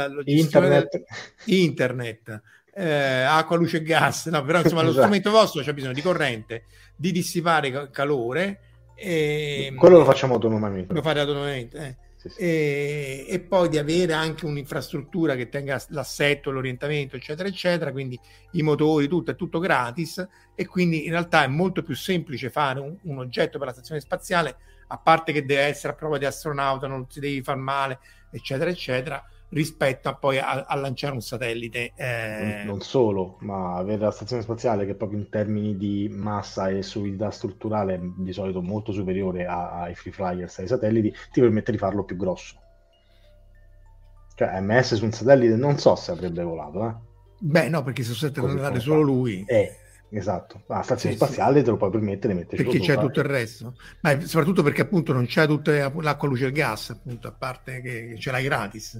internet, acqua, luce e gas, no? Però insomma lo strumento vostro c'ha bisogno di corrente, di dissipare calore. Quello lo facciamo autonomamente. Lo fate autonomamente, e poi di avere anche un'infrastruttura che tenga l'assetto, l'orientamento, eccetera, eccetera, quindi i motori, è tutto gratis, e quindi in realtà è molto più semplice fare un oggetto per la stazione spaziale, a parte che deve essere a prova di astronauta, non si devi far male, eccetera, eccetera, rispetto a poi a lanciare un satellite. Non solo, ma avere la stazione spaziale che proprio in termini di massa e solidità strutturale è di solito molto superiore ai free flyers, ai satelliti, ti permette di farlo più grosso. Cioè MS su un satellite non so se avrebbe volato. Beh no, perché se deve andare solo lui. Esatto, la stazione spaziale te lo puoi permettere di metterci perché c'è tutto il resto, ma soprattutto perché appunto non c'è tutta l'acqua, luce e il gas, appunto, a parte che ce l'hai gratis.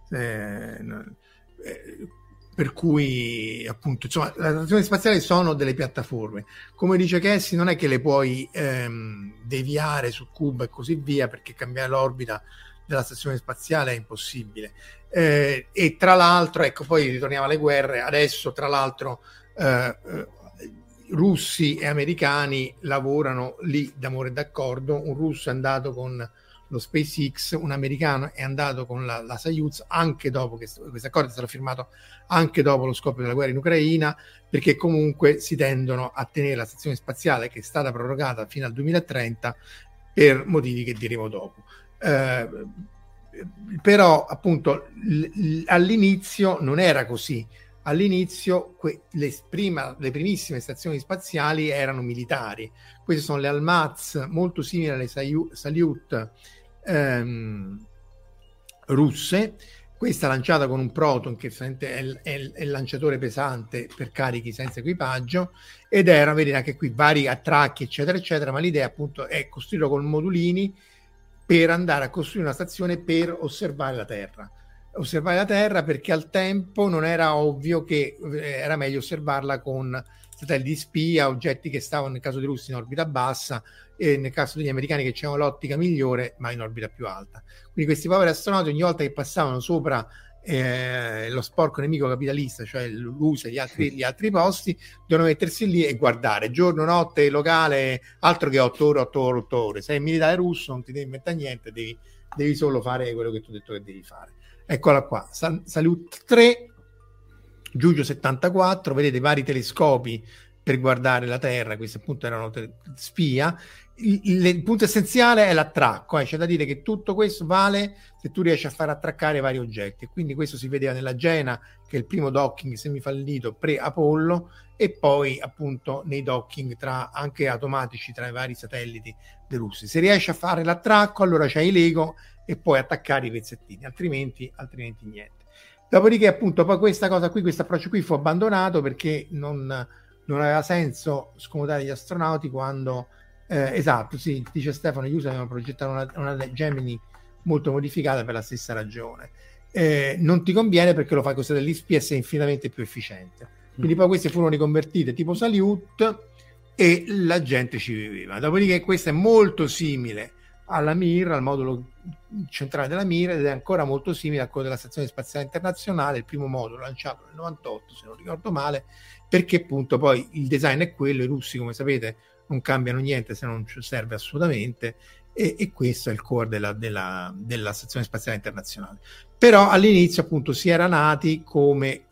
Per cui appunto insomma le stazioni spaziali sono delle piattaforme, come dice Cassie, non è che le puoi deviare su Cuba e così via, perché cambiare l'orbita della stazione spaziale è impossibile, e tra l'altro ecco, poi ritorniamo alle guerre adesso, tra l'altro russi e americani lavorano lì d'amore e d'accordo. Un russo è andato con lo SpaceX, un americano è andato con la Soyuz, anche dopo che questo accordo è stato firmato, anche dopo lo scoppio della guerra in Ucraina, perché comunque si tendono a tenere la stazione spaziale, che è stata prorogata fino al 2030 per motivi che diremo dopo. Però appunto all'inizio non era così. All'inizio le primissime stazioni spaziali erano militari. Queste sono le Almaz, molto simili alle Salyut russe, questa lanciata con un Proton, che è il lanciatore pesante per carichi senza equipaggio, ed era, vedete anche qui, vari attracchi, eccetera, eccetera, ma l'idea appunto è costruirlo con modulini per andare a costruire una stazione per osservare la Terra. Osservare la Terra perché al tempo non era ovvio che era meglio osservarla con satelliti di spia, oggetti che stavano nel caso dei russi in orbita bassa e nel caso degli americani che c'erano l'ottica migliore ma in orbita più alta. Quindi questi poveri astronauti ogni volta che passavano sopra lo sporco nemico capitalista, cioè l'USA e gli altri posti, devono mettersi lì e guardare giorno, notte, locale, altro che 8 ore, 8 ore, 8 ore. Sei militare russo, non ti devi inventare niente, devi solo fare quello che tu hai detto che devi fare. Eccola qua, Salyut 3, Giugno 74, vedete vari telescopi per guardare la Terra, questi appunto erano spia. Il punto essenziale è l'attracco, c'è da dire che tutto questo vale se tu riesci a far attraccare vari oggetti, e quindi questo si vedeva nella Gena, che è il primo docking semifallito pre-Apollo, e poi appunto nei docking anche automatici tra i vari satelliti dei russi. Se riesci a fare l'attracco, allora c'hai i Lego e puoi attaccare i pezzettini, altrimenti niente. Dopodiché appunto poi questa cosa qui, questo approccio qui fu abbandonato perché non aveva senso scomodare gli astronauti quando esatto, sì, dice Stefano, gli USA avevano progettato una Gemini molto modificata per la stessa ragione. Non ti conviene perché lo fai con satelliti spia e sei infinitamente più efficiente. Quindi poi queste furono riconvertite tipo Salyut e la gente ci viveva. Dopodiché questa è molto simile alla Mir, al modulo centrale della Mir, ed è ancora molto simile a quello della Stazione Spaziale Internazionale, il primo modulo lanciato nel 98 se non ricordo male, perché appunto poi il design è quello, i russi come sapete non cambiano niente se non ci serve assolutamente, e questo è il core della Stazione Spaziale Internazionale. Però all'inizio appunto si era nati come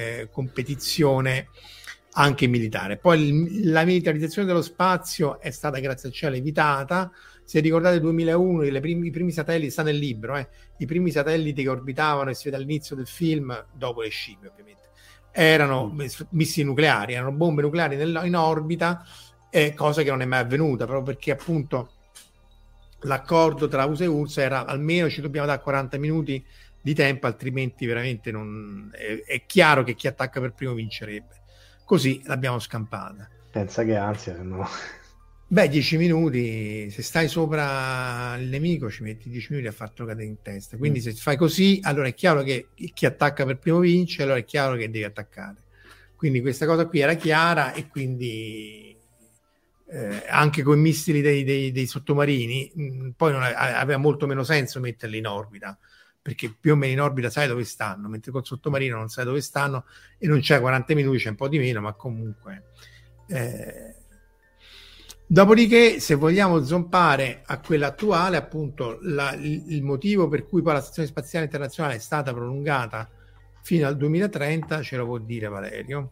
competizione anche militare, poi la militarizzazione dello spazio è stata grazie al cielo evitata. Se ricordate 2001, i primi satelliti, sta nel libro, i primi satelliti che orbitavano, e si vede all'inizio del film, dopo le scimmie ovviamente, erano missili nucleari, erano bombe nucleari in orbita, cosa che non è mai avvenuta, proprio perché appunto l'accordo tra USA e URSS era almeno ci dobbiamo dare 40 minuti di tempo, altrimenti veramente è chiaro che chi attacca per primo vincerebbe. Così l'abbiamo scampata. Pensa che ansia, se no... Beh, 10 minuti, se stai sopra il nemico ci metti 10 minuti a fartelo cadere in testa, quindi se fai così allora è chiaro che chi attacca per primo vince, allora è chiaro che devi attaccare. Quindi questa cosa qui era chiara, e quindi anche con i missili dei sottomarini poi aveva molto meno senso metterli in orbita, perché più o meno in orbita sai dove stanno, mentre col sottomarino non sai dove stanno e non c'è 40 minuti, c'è un po' di meno, ma comunque... Dopodiché, se vogliamo zompare a quella attuale, appunto il motivo per cui poi la Stazione Spaziale Internazionale è stata prolungata fino al 2030, ce lo può dire Valerio?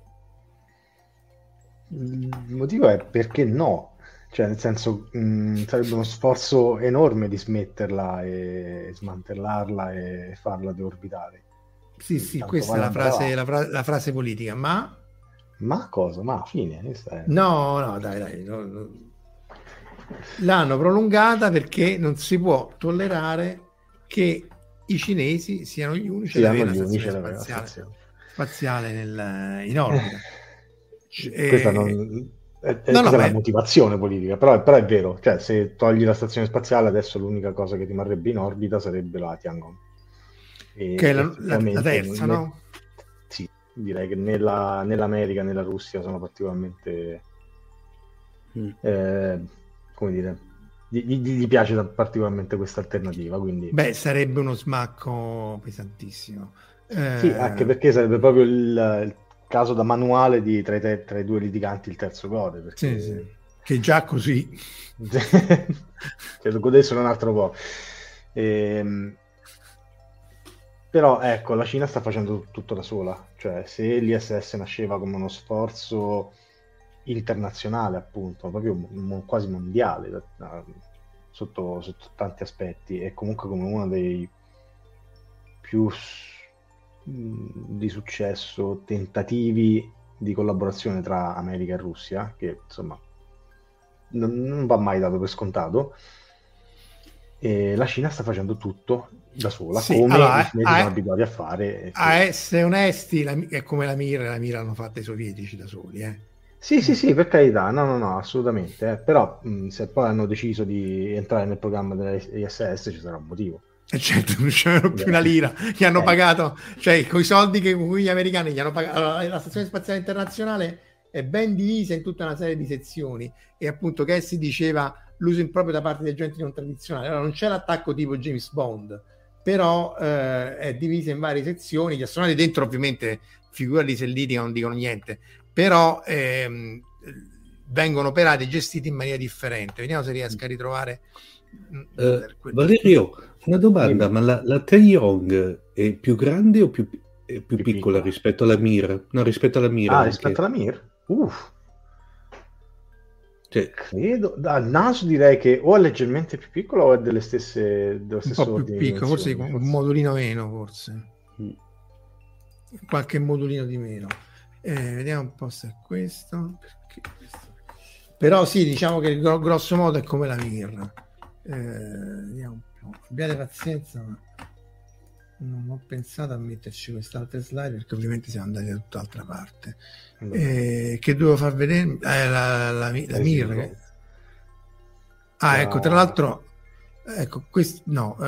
Il motivo è perché no, cioè nel senso sarebbe uno sforzo enorme di smetterla e smantellarla e farla deorbitare. Sì, questa è la frase politica, ma cosa? Ma fine? No, dai. No. L'hanno prolungata perché non si può tollerare che i cinesi siano gli unici ad avere una stazione spaziale in orbita. Questa è la motivazione politica, però è vero, cioè se togli la stazione spaziale adesso l'unica cosa che rimarrebbe in orbita sarebbe la Tiangong. Che è la terza, no? Sì, direi che nell'America, nella Russia sono particolarmente come dire, gli piace particolarmente questa alternativa, quindi sarebbe uno smacco pesantissimo, sì, anche perché sarebbe proprio il caso da manuale tra i due litiganti il terzo gode, perché... sì. Che già così che lo godessero un altro po'. Però ecco, la Cina sta facendo tutto da sola, cioè se l'ISS nasceva come uno sforzo internazionale, appunto, proprio quasi mondiale sotto tanti aspetti, e comunque come uno dei più di successo tentativi di collaborazione tra America e Russia, che insomma non va mai dato per scontato, e la Cina sta facendo tutto da sola, Sì, come allora, i cinesi sono abituati a fare. A essere onesti, è come la Mir l'hanno fatta i sovietici da soli. Sì, per carità, no, assolutamente. Però se poi hanno deciso di entrare nel programma dell'ISS ci sarà un motivo. E certo, non c'erano più una lira, gli hanno pagato, cioè con i soldi che con cui gli americani gli hanno pagato. Allora, la Stazione Spaziale Internazionale è ben divisa in tutta una serie di sezioni, e appunto che si diceva l'uso improprio da parte di agenti non tradizionali. Allora non c'è l'attacco tipo James Bond, però è divisa in varie sezioni. Gli astronauti dentro ovviamente, figurati se litigano, non dicono niente, però vengono operati e gestiti in maniera differente. Vediamo se riesco a ritrovare Valerio, una domanda, ma la Taeyong è più grande o più piccola rispetto alla Mir? No, rispetto alla Mir. Rispetto alla Mir? Cioè, credo, dal naso direi che o è leggermente più piccolo o è dello stesso un po' più piccolo, forse un modulino meno, forse qualche modulino di meno. Vediamo un po' se è questo. Però sì, diciamo che grosso modo è come la Mir. Vediamo un po'. Abbiate pazienza, ma non ho pensato a metterci quest'altra slide perché ovviamente siamo andati da tutt'altra parte. Che dovevo far vedere la Mir. Ecco, tra l'altro, ecco questo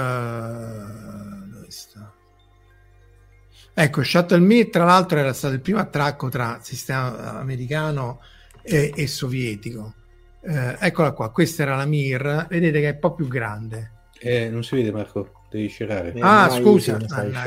dove sta? Ecco, Shuttle Mir tra l'altro era stato il primo attracco tra sistema americano e sovietico. Eccola qua, questa era la Mir, vedete che è un po' più grande. Non si vede, Marco, devi scerare. Scusa.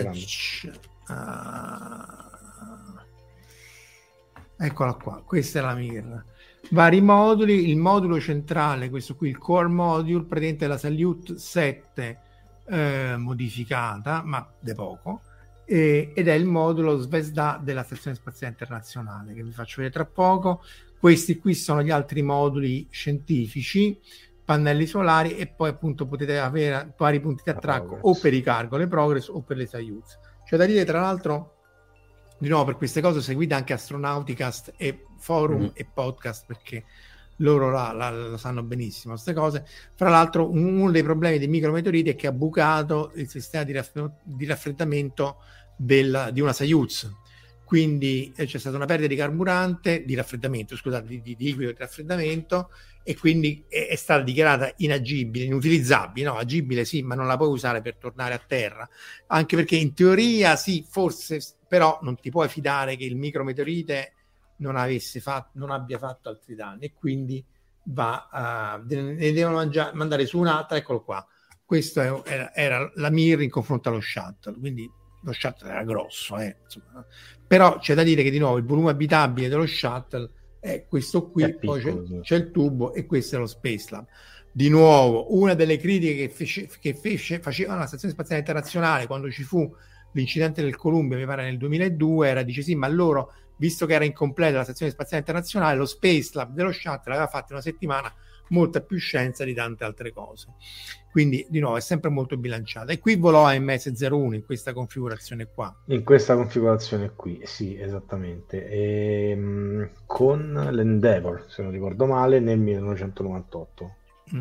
Eccola qua, questa è la Mir. Vari moduli, il modulo centrale, questo qui, il core module, praticamente la Salyut 7 modificata, ma de poco, ed è il modulo Zvezda della Stazione Spaziale Internazionale, che vi faccio vedere tra poco. Questi qui sono gli altri moduli scientifici, pannelli solari, e poi appunto potete avere vari punti di attracco o per i cargo, le Progress o per le Soyuz. C'è da dire, tra l'altro, di nuovo, per queste cose seguite anche Astronauticast e forum e podcast, perché loro lo sanno benissimo queste cose. Fra l'altro, uno dei problemi dei micrometeoriti è che ha bucato il sistema di raffreddamento di una Soyuz, quindi c'è stata una perdita di carburante, di raffreddamento, scusate, di liquido di raffreddamento, e quindi è stata dichiarata inagibile, inutilizzabile. No, agibile sì, ma non la puoi usare per tornare a terra, anche perché in teoria sì, forse, però non ti puoi fidare che il micrometeorite non abbia fatto altri danni, e quindi ne devono mandare su un'altra. Eccolo qua, questo era la Mir in confronto allo Shuttle, quindi lo Shuttle era grosso, insomma. Però c'è da dire che di nuovo il volume abitabile dello Shuttle è questo qui, è poi c'è il tubo, e questo è lo Spacelab. Di nuovo, una delle critiche che faceva la Stazione Spaziale Internazionale quando ci fu l'incidente del Columbia, mi pare nel 2002, era, dice sì, ma loro, visto che era incompleta la Stazione Spaziale Internazionale, lo Spacelab dello Shuttle aveva fatto una settimana, molta più scienza di tante altre cose. Quindi di nuovo è sempre molto bilanciata, e qui volò AMS 01 in questa configurazione qua. In questa configurazione qui, sì, esattamente, con l'Endeavour, se non ricordo male, nel 1998.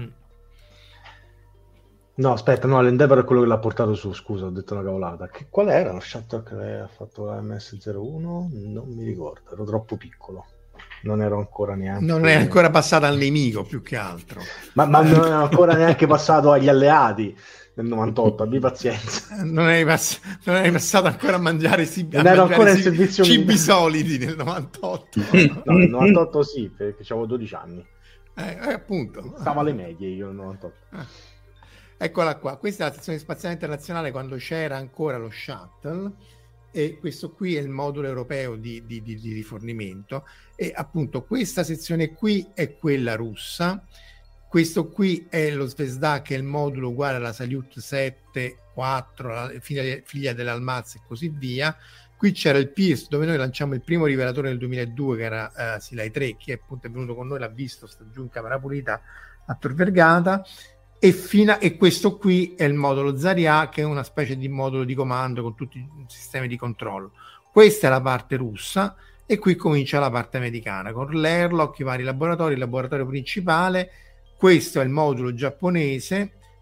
No, aspetta, no, l'Endeavour è quello che l'ha portato su, scusa, ho detto una cavolata. Qual era lo shuttle che ha fatto la MS01? Non mi ricordo, ero troppo piccolo. Non ero ancora neanche... Non è ancora passato al nemico, più che altro. Ma non è ancora neanche passato agli alleati nel 98, abbi pazienza. Non eri passato ancora a mangiare cibi solidi nel 98. No, nel 98 sì, perché avevo 12 anni. Appunto. Stavo alle medie io nel 98. Eccola qua, questa è la Stazione Spaziale Internazionale quando c'era ancora lo Shuttle, e questo qui è il modulo europeo di rifornimento, e appunto questa sezione qui è quella russa, questo qui è lo Zvezda, che è il modulo uguale alla Salyut 7, 4, la figlia dell'Almaz e così via. Qui c'era il Pierce, dove noi lanciamo il primo rivelatore nel 2002, che era Silai 3, che appunto è venuto con noi, l'ha visto, sta giù in Camera Pulita a Tor Vergata. E questo qui è il modulo Zarya, che è una specie di modulo di comando con tutti i sistemi di controllo. Questa è la parte russa, e qui comincia la parte americana con l'Airlock, i vari laboratori, il laboratorio principale. Questo è il modulo giapponese,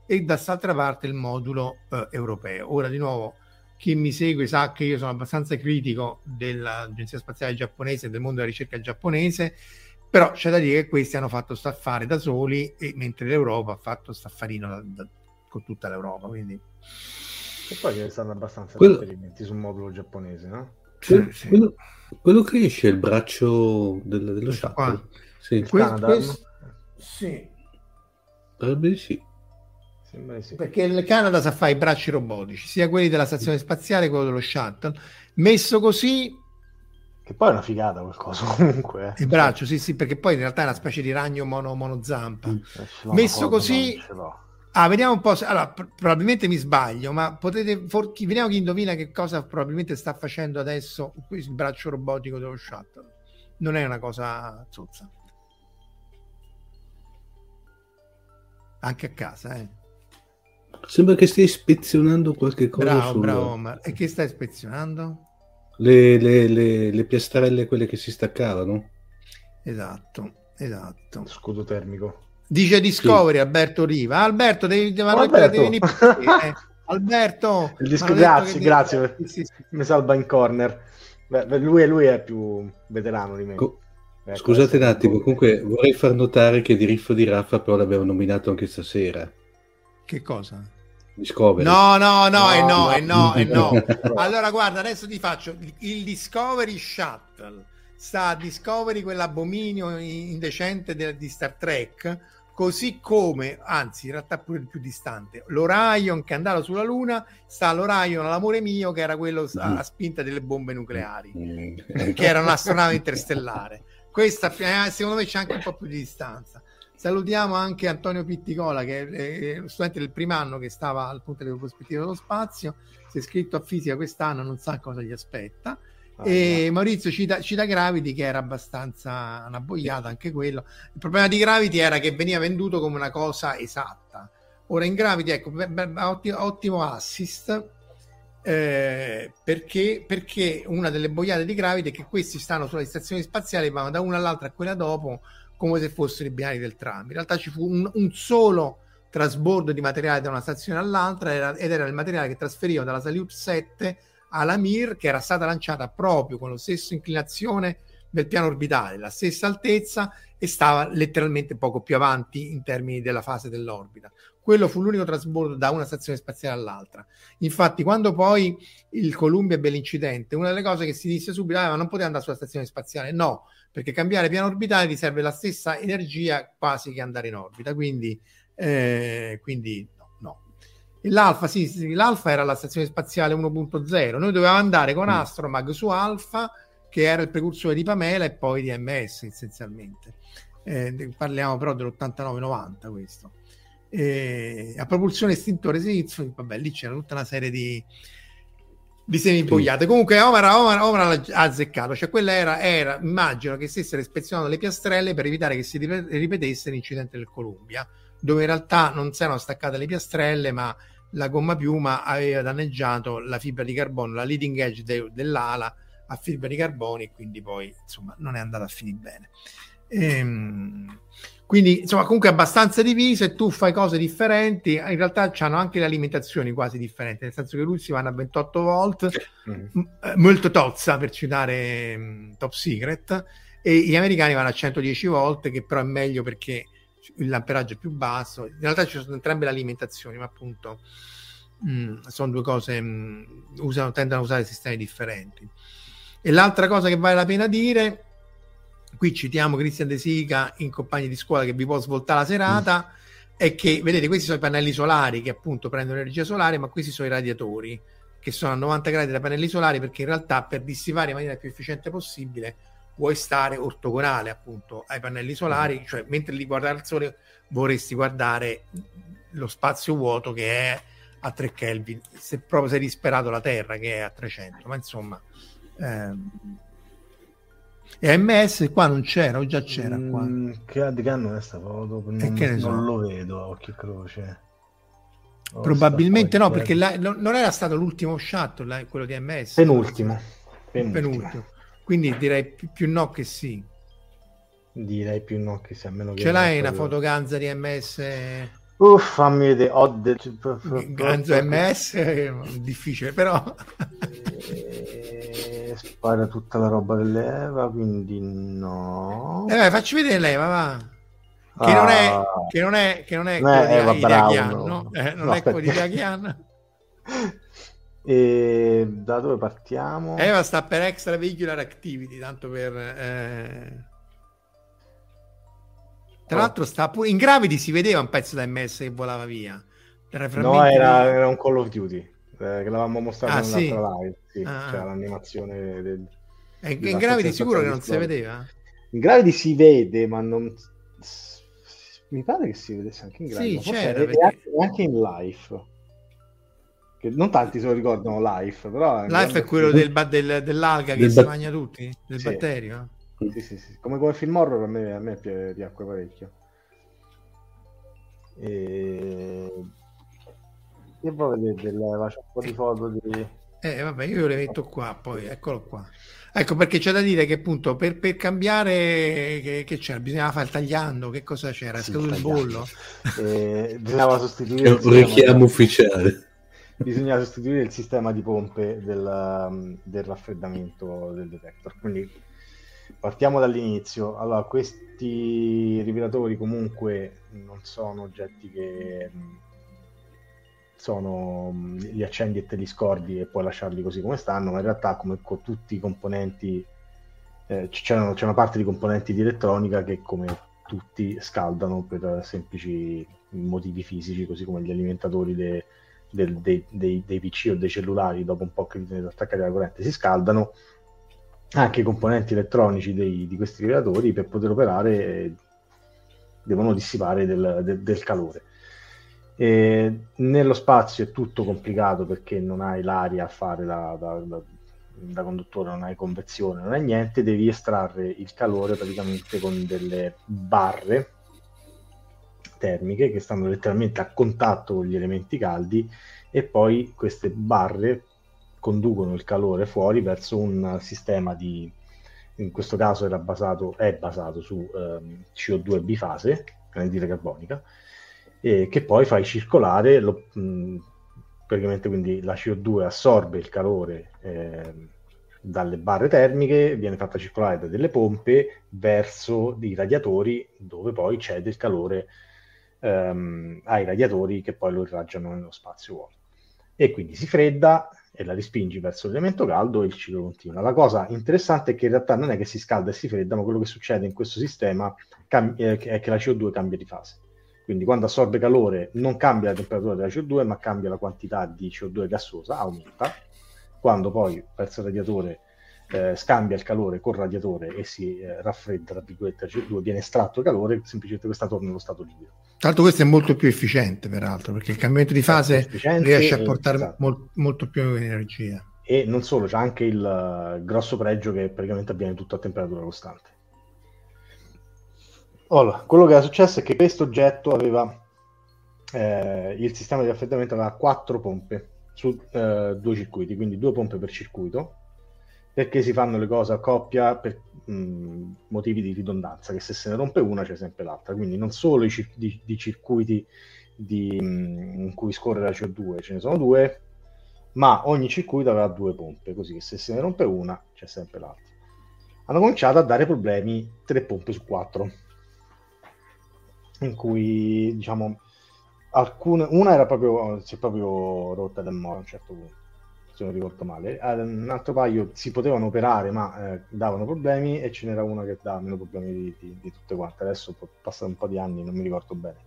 e dall'altra parte il modulo europeo. Ora di nuovo, chi mi segue sa che io sono abbastanza critico dell'Agenzia Spaziale Giapponese e del mondo della ricerca giapponese, però c'è da dire che questi hanno fatto staffare da soli, e mentre l'Europa ha fatto staffarino con tutta l'Europa, quindi... E poi ce ne stanno abbastanza riferimenti sul modulo giapponese, no? Sì. Quello che esce il braccio dello shuttle. Sì. Sì. Potrebbe sì. Sembra sì. Perché il Canada sa fare i bracci robotici, sia quelli della stazione spaziale che quello dello shuttle. Messo così... Che poi è una figata qualcosa comunque. Il braccio, sì, perché poi in realtà è una specie di ragno monozampa. Messo così... vediamo un po'. Allora, probabilmente mi sbaglio, ma vediamo chi indovina che cosa probabilmente sta facendo adesso il braccio robotico dello shuttle. Non è una cosa zozza. Anche a casa, Sembra che stia ispezionando qualche cosa. Bravo Omar. E che sta ispezionando? Le piastrelle, quelle che si staccavano. Esatto. Scudo termico. Dice Discovery, sì. Alberto Riva. Alberto, devi venire. Alberto. Grazie. Sì. Mi salva in corner. Beh, lui è più veterano di me. Scusate un attimo, comunque vorrei far notare che di Riffo di Raffa però l'abbiamo nominato anche stasera. Che cosa? Discovery. No. Allora guarda, adesso ti faccio il Discovery Shuttle. Sta a Discovery, quell'abominio indecente di Star Trek, così come, anzi in realtà pure più distante, l'Orion che è andato sulla Luna, sta l'Orion all'amore mio, che era quello a spinta delle bombe nucleari, che era un'astronave interstellare. Questa secondo me c'è anche un po' più di distanza. Salutiamo anche Antonio Pitticola, che è lo studente del primo anno che stava al punto delle prospettive dello spazio, si è iscritto a fisica quest'anno, non sa cosa gli aspetta. E Maurizio cita Gravity, che era abbastanza una boiata anche quello. Il problema di Gravity era che veniva venduto come una cosa esatta. Ora in Gravity, ecco, ottimo assist, perché una delle boiate di Gravity è che questi stanno sulle stazioni spaziali, vanno da una all'altra a quella dopo come se fossero i binari del tram. In realtà ci fu un solo trasbordo di materiale da una stazione all'altra, ed era il materiale che trasferivano dalla Salyut 7 alla Mir, che era stata lanciata proprio con la stessa inclinazione del piano orbitale, la stessa altezza, e stava letteralmente poco più avanti in termini della fase dell'orbita. Quello fu l'unico trasbordo da una stazione spaziale all'altra. Infatti, quando poi il Columbia ebbe l'incidente, una delle cose che si disse subito: ma non poteva andare sulla stazione spaziale. No, perché cambiare piano orbitale ti serve la stessa energia quasi che andare in orbita. Quindi no. L'Alpha era la stazione spaziale 1.0. Noi dovevamo andare con Astromag su Alpha, che era il precursore di Pamela e poi di MS essenzialmente. Parliamo però dell'89-90 questo. A propulsione estintore Sitson, vabbè, lì c'era tutta una serie di semiboiate. Comunque Omar ha azzeccato, cioè quella era immagino che stessero ispezionando le piastrelle per evitare che si ripetesse l'incidente del Columbia, dove in realtà non si erano staccate le piastrelle, ma la gomma piuma aveva danneggiato la fibra di carbonio, la leading edge dell'ala a fibra di carbonio, e quindi poi insomma non è andata a finire bene. Quindi insomma comunque è abbastanza diviso, e tu fai cose differenti. In realtà hanno anche le alimentazioni quasi differenti, nel senso che i russi vanno a 28 volt, molto tozza per citare Top Secret, e gli americani vanno a 110 volt, che però è meglio perché l'amperaggio è più basso. In realtà ci sono entrambe le alimentazioni, ma appunto sono due cose, tendono a usare sistemi differenti. E l'altra cosa che vale la pena dire, qui citiamo Christian De Sica in Compagni di Scuola, che vi può svoltare la serata, è che vedete, questi sono i pannelli solari che appunto prendono energia solare, ma questi sono i radiatori che sono a 90 gradi da pannelli solari, perché in realtà per dissipare in maniera più efficiente possibile vuoi stare ortogonale appunto ai pannelli solari, cioè mentre li guardare il sole vorresti guardare lo spazio vuoto che è a 3 Kelvin, se proprio sei disperato la Terra che è a 300, ma insomma e MS qua non c'era o già c'era qua? Che anno è sta foto? Non lo vedo a occhio e croce. Probabilmente no, perché non era stato l'ultimo shuttle quello di MS, penultimo. Quindi direi più no che sì. Direi più no che sì, a meno che ce l'hai una fotoganza di MS? Fammi vedere. Ganzo MS è difficile, però spara tutta la roba dell'Eva, quindi no. Facci vedere l'Eva, va. Che non è Eva Braun, no? Non è quello di Irachian. E da dove partiamo? Eva sta per extravehicular activity, tanto per tra l'altro sta pure in Gravity, si vedeva un pezzo da MS che volava via. No, era un Call of Duty che l'avevamo mostrato nell'altra live. Sì, c'era l'animazione in Gravity sicuro che non si vedeva? In Gravity si vede, ma non mi pare che si vedesse anche in Gravity. Sì, c'era, anche in live. Che non tanti se lo ricordano live, però live è quello dell'alga che si mangia tutti, del batterio. Sì. Come film horror a me piacque parecchio. E poi vedete, faccio un po' di foto di... vabbè, io le metto qua, poi eccolo qua. Ecco, perché c'è da dire che appunto per cambiare che c'era, bisognava fare il tagliando, che cosa c'era? È scaduto il bollo? Bisognava sostituire un richiamo ufficiale. Bisognava sostituire il sistema di pompe del raffreddamento del detector. Quindi partiamo dall'inizio. Allora, questi rivelatori comunque non sono oggetti che li accendi e te li scordi e puoi lasciarli così come stanno, ma in realtà, come con tutti i componenti, c'è una parte di componenti di elettronica che come tutti scaldano per semplici motivi fisici, così come gli alimentatori dei PC o dei cellulari, dopo un po' che li tenete attaccati alla corrente si scaldano. Anche i componenti elettronici di questi rivelatori, per poter operare, devono dissipare del calore. Nello spazio è tutto complicato perché non hai l'aria a fare da conduttore, non hai convezione, non hai niente, devi estrarre il calore praticamente con delle barre termiche che stanno letteralmente a contatto con gli elementi caldi, e poi queste barre conducono il calore fuori verso un sistema in questo caso è basato su CO2 bifase, anidride carbonica, che poi fai circolare praticamente. Quindi la CO2 assorbe il calore dalle barre termiche, viene fatta circolare da delle pompe verso dei radiatori, dove poi cede il calore ai radiatori che poi lo irraggiano nello spazio vuoto, e quindi si fredda e la rispingi verso l'elemento caldo e il ciclo continua. La cosa interessante è che in realtà non è che si scalda e si fredda, ma quello che succede in questo sistema è che la CO2 cambia di fase. Quindi quando assorbe calore non cambia la temperatura della CO2, ma cambia la quantità di CO2 gassosa, aumenta. Quando poi verso il radiatore scambia il calore col radiatore e si raffredda, tra virgolette, la CO2, viene estratto il calore, semplicemente questa torna nello stato liquido. Tra l'altro questo è molto più efficiente, peraltro, perché il cambiamento di fase riesce a portare molto più energia. E non solo, c'è anche il grosso pregio che praticamente avviene tutto a temperatura costante. Allora, quello che era successo è che questo oggetto aveva il sistema di raffreddamento aveva 4 pompe su 2 circuiti, quindi 2 pompe per circuito, perché si fanno le cose a coppia per motivi di ridondanza, che se ne rompe una c'è sempre l'altra. Quindi non solo di circuiti in cui scorre la CO2 ce ne sono 2, ma ogni circuito aveva 2 pompe, così che se ne rompe una c'è sempre l'altra. Hanno cominciato a dare problemi 3 pompe su 4, in cui diciamo una si è proprio rotta da morte a un certo punto, se non ricordo male. Un altro paio si potevano operare, ma davano problemi, e ce n'era una che dava meno problemi di tutte quante. Adesso passano un po' di anni, non mi ricordo bene.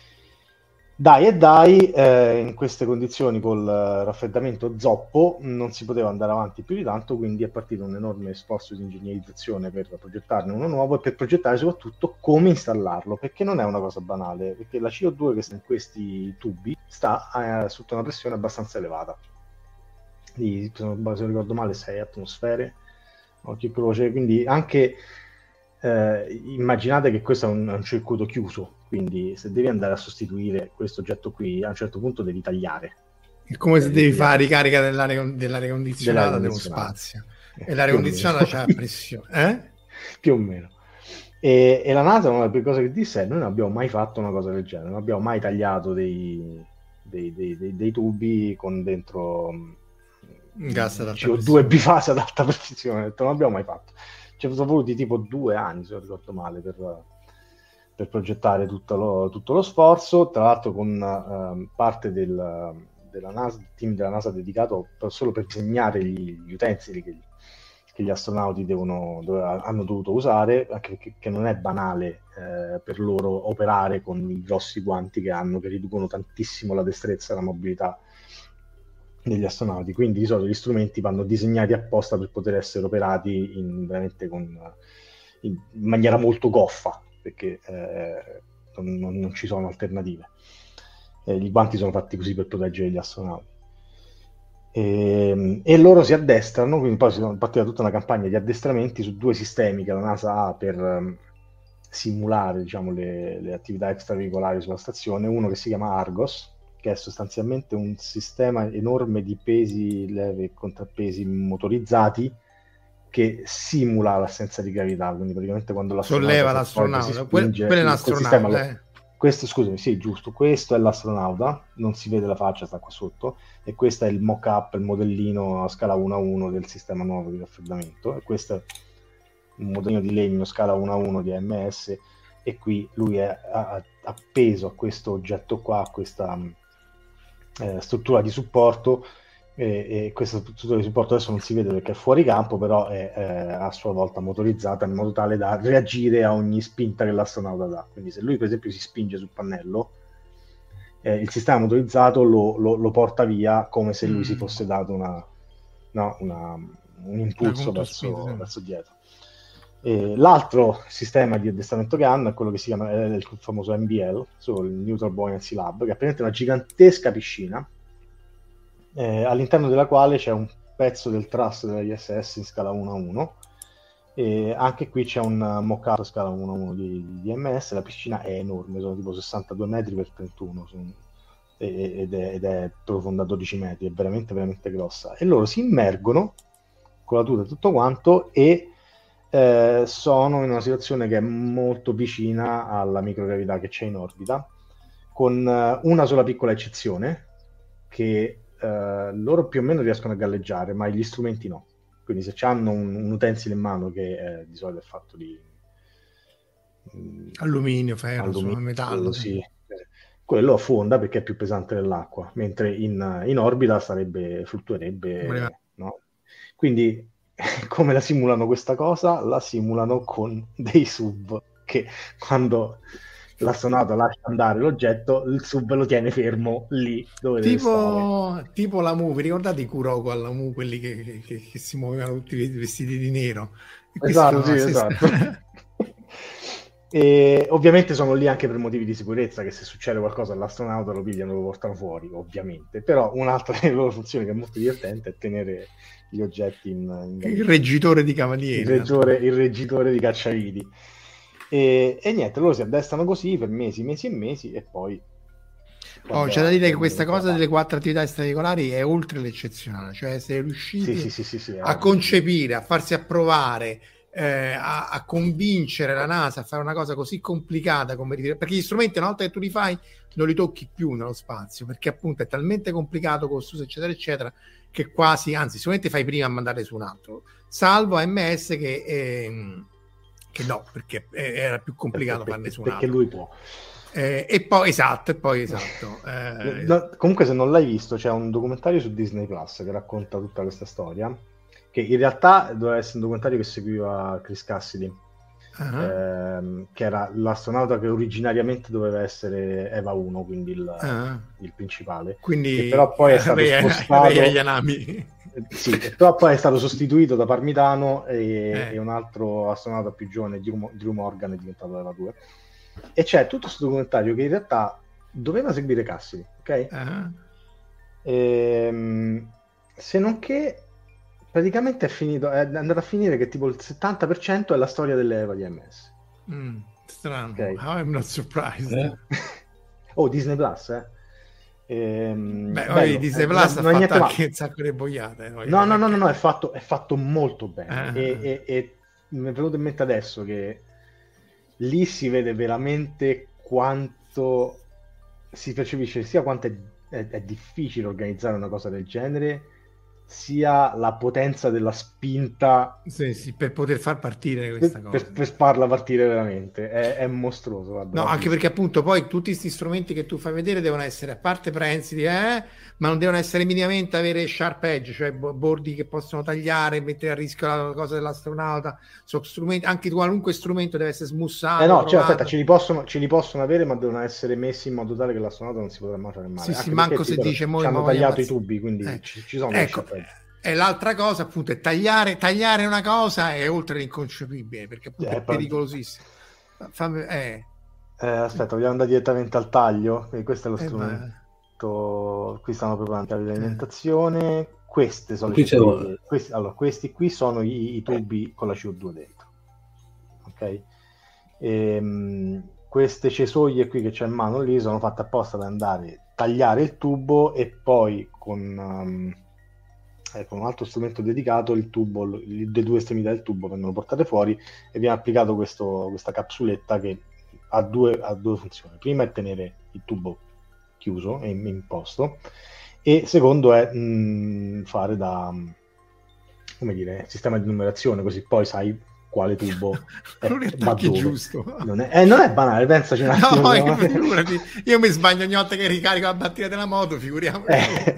In queste condizioni col raffreddamento zoppo non si poteva andare avanti più di tanto, quindi è partito un enorme sforzo di ingegnerizzazione per progettarne uno nuovo e per progettare soprattutto come installarlo, perché non è una cosa banale, perché la CO2 che sta in questi tubi sta sotto una pressione abbastanza elevata, se non ricordo male 6 atmosfere, occhio croce, quindi anche immaginate che questo è un circuito chiuso, quindi se devi andare a sostituire questo oggetto qui, a un certo punto devi tagliare. È come se devi fare ricarica dell'aria condizionata dello spazio, e l'aria condizionata c'ha pressione, più o meno. E la NASA, una delle prime cose che disse è: noi non abbiamo mai fatto una cosa del genere, non abbiamo mai tagliato dei tubi con dentro gas ad alta CO2 bifase ad alta pressione. Non abbiamo mai fatto. Ci sono voluti tipo 2 anni, se non ricordo male, per progettare tutto lo sforzo, tra l'altro con parte della NASA, il team della NASA dedicato solo per disegnare gli utensili che gli astronauti hanno dovuto usare, anche perché non è banale per loro operare con i grossi guanti che hanno, che riducono tantissimo la destrezza e la mobilità degli astronauti. Quindi di solito gli strumenti vanno disegnati apposta per poter essere operati veramente in maniera molto goffa, perché non ci sono alternative. Gli guanti sono fatti così per proteggere gli astronauti. E loro si addestrano, quindi poi si è partita tutta una campagna di addestramenti su 2 sistemi che la NASA ha per simulare, diciamo, le attività extraveicolari sulla stazione. Uno che si chiama Argos, che è sostanzialmente un sistema enorme di pesi, leve e contrappesi motorizzati che simula l'assenza di gravità, quindi praticamente quando l'astronauta solleva l'astronauta, quello è l'astronauta. Questo, scusami, sì, giusto, questo è l'astronauta, non si vede la faccia, sta qua sotto, e questo è il mock-up, il modellino a scala 1:1 del sistema nuovo di raffreddamento, e questo è un modellino di legno scala 1:1 di AMS, e qui lui è appeso a questo oggetto qua, a questa struttura di supporto, e questa struttura di supporto adesso non si vede perché è fuori campo, però è a sua volta motorizzata in modo tale da reagire a ogni spinta che l'astronauta dà. Quindi se lui per esempio si spinge sul pannello, il sistema motorizzato lo porta via come se lui si fosse dato un impulso verso dietro. L'altro sistema di addestramento che hanno è quello che si chiama il famoso NBL, il Neutral Buoyancy Lab, che è praticamente una gigantesca piscina all'interno della quale c'è un pezzo del truss della ISS in scala 1:1, e anche qui c'è un mock-up a scala 1:1 di MS. La piscina è enorme, sono tipo 62 metri per 31 ed è profonda 12 metri, è veramente veramente grossa, e loro si immergono con la tuta e tutto quanto, e sono in una situazione che è molto vicina alla microgravità che c'è in orbita, con una sola piccola eccezione, che loro più o meno riescono a galleggiare, ma gli strumenti no. Quindi se hanno un utensile in mano che di solito è fatto di alluminio, ferro, metallo, sì, quello affonda perché è più pesante dell'acqua, mentre in orbita fluttuerebbe, no? Quindi come la simulano questa cosa? La simulano con dei sub che quando l'astronauta lascia andare l'oggetto, il sub lo tiene fermo lì dove deve stare. Tipo la Mu, vi ricordate i Kuroko alla Mu, quelli che si muovevano tutti vestiti di nero? Esatto, sì, esatto. E ovviamente sono lì anche per motivi di sicurezza, che se succede qualcosa all'astronauta lo pigliano e lo portano fuori, ovviamente. Però un'altra delle loro funzioni che è molto divertente è tenere gli oggetti il reggitore di cavalieri, il reggitore di cacciaviti. E niente, loro si addestrano così per mesi e mesi, e poi c'è da dire che questa cosa delle 4 attività extraveicolari è oltre l'eccezionale, cioè se riusciti a concepire, a farsi approvare, a convincere la NASA a fare una cosa così complicata come perché gli strumenti una volta che tu li fai non li tocchi più nello spazio, perché appunto è talmente complicato, costoso, eccetera eccetera, che quasi, anzi sicuramente fai prima a mandarle su un altro, salvo AMS che no, perché era più complicato farne su un altro, perché lui può. E poi esatto. No, comunque se non l'hai visto c'è un documentario su Disney Plus che racconta tutta questa storia, che in realtà doveva essere un documentario che seguiva Chris Cassidy, che era l'astronauta che originariamente doveva essere Eva 1, quindi il principale, quindi che però poi è stato spostato sì, però poi è stato sostituito da Parmitano e un altro astronauta più giovane, Drew Morgan, è diventato Eva 2. E c'è tutto questo documentario che in realtà doveva seguire Cassidy, ok? Se non che praticamente è andato a finire che tipo il 70% è la storia delle Eva di MS. Strano, okay. I'm not surprised. Disney Plus, Disney Plus ha fatto anche un sacco di boiate. No, è fatto molto bene. E mi è venuto in mente adesso che lì si vede veramente quanto si percepisce sia quanto è difficile organizzare una cosa del genere, sia la potenza della spinta sì, per poter far partire questa cosa. Per farla partire veramente. È mostruoso. Guarda, No, anche perché appunto poi tutti questi strumenti che tu fai vedere devono essere, a parte prensili, ma non devono essere minimamente avere sharp edge, cioè bordi che possono tagliare, mettere a rischio la cosa dell'astronauta. Sono strumenti, anche qualunque strumento deve essere smussato. No, cioè, aspetta, ce li possono avere, ma devono essere messi in modo tale che l'astronauta non si potrà mai fare male. Sì, manco se dice ci hanno tagliato i tubi, quindi ci sono e l'altra cosa appunto è tagliare una cosa è oltre l'inconcepibile, perché appunto è pericolosissimo. Aspetta, vogliamo andare direttamente al taglio? Quindi questo è lo strumento. Qui stanno preparando la alimentazione. Queste sono questi qui sono i tubi con la CO2 dentro. Ok? Queste cesoie qui che c'è in mano lì sono fatte apposta per andare a tagliare il tubo e poi con un altro strumento dedicato le due estremità del tubo vengono portate fuori e viene applicato questa capsuletta che ha due funzioni. Prima è tenere il tubo chiuso e in posto, e secondo è fare da sistema di numerazione, così poi sai quale tubo va dove. Giusto. Non è banale, pensaci un attimo. No, io mi sbaglio ogni volta che ricarico la batteria della moto, figuriamoci.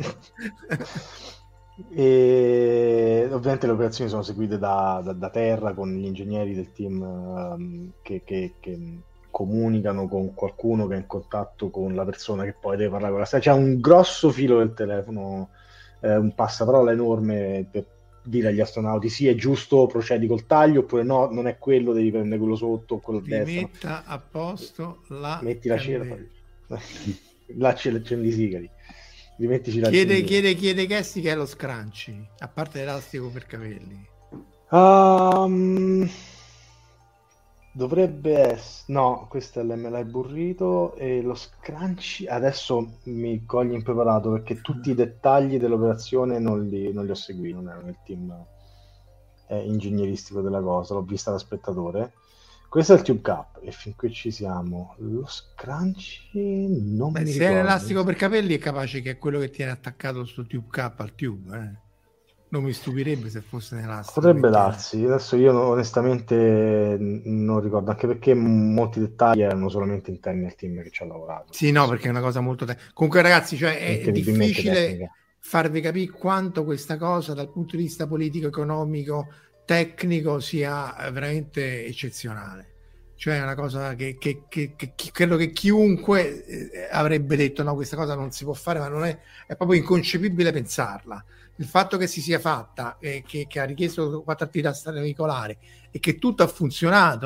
E ovviamente le operazioni sono seguite da terra con gli ingegneri del team che comunicano con qualcuno che è in contatto con la persona che poi deve parlare con la strada. C'è un grosso filo del telefono, un passaparola enorme per dire agli astronauti sì, è giusto, procedi col taglio, oppure no, non è quello, devi prendere quello sotto o quello a destra. Metta a posto metti la cera, là c'è i sigari. Chiede Cassi che è lo scrunchie, a parte l'elastico per capelli. Dovrebbe essere, no, questo è l'MLI burrito, e lo scrunchie adesso mi coglie impreparato perché tutti i dettagli dell'operazione non li ho seguiti, non ero nel team ingegneristico della cosa, l'ho vista da spettatore. Questo è il tube cap e fin qui ci siamo. Lo scrunchie non mi ricordo. Se è l'elastico per capelli è capace che è quello che tiene attaccato sto tube cap al tube, Non mi stupirebbe se fosse nell'elastico. Potrebbe darsi, adesso io onestamente non ricordo, anche perché molti dettagli erano solamente interni al team che ci ha lavorato. Sì, no, perché è una cosa molto comunque ragazzi, cioè è difficile farvi capire quanto questa cosa dal punto di vista politico, economico, tecnico sia veramente eccezionale. Cioè è una cosa che credo che chiunque avrebbe detto no, questa cosa non si può fare, ma non è proprio inconcepibile pensarla. Il fatto che si sia fatta, che ha richiesto 4 attività straveicolari e che tutto ha funzionato,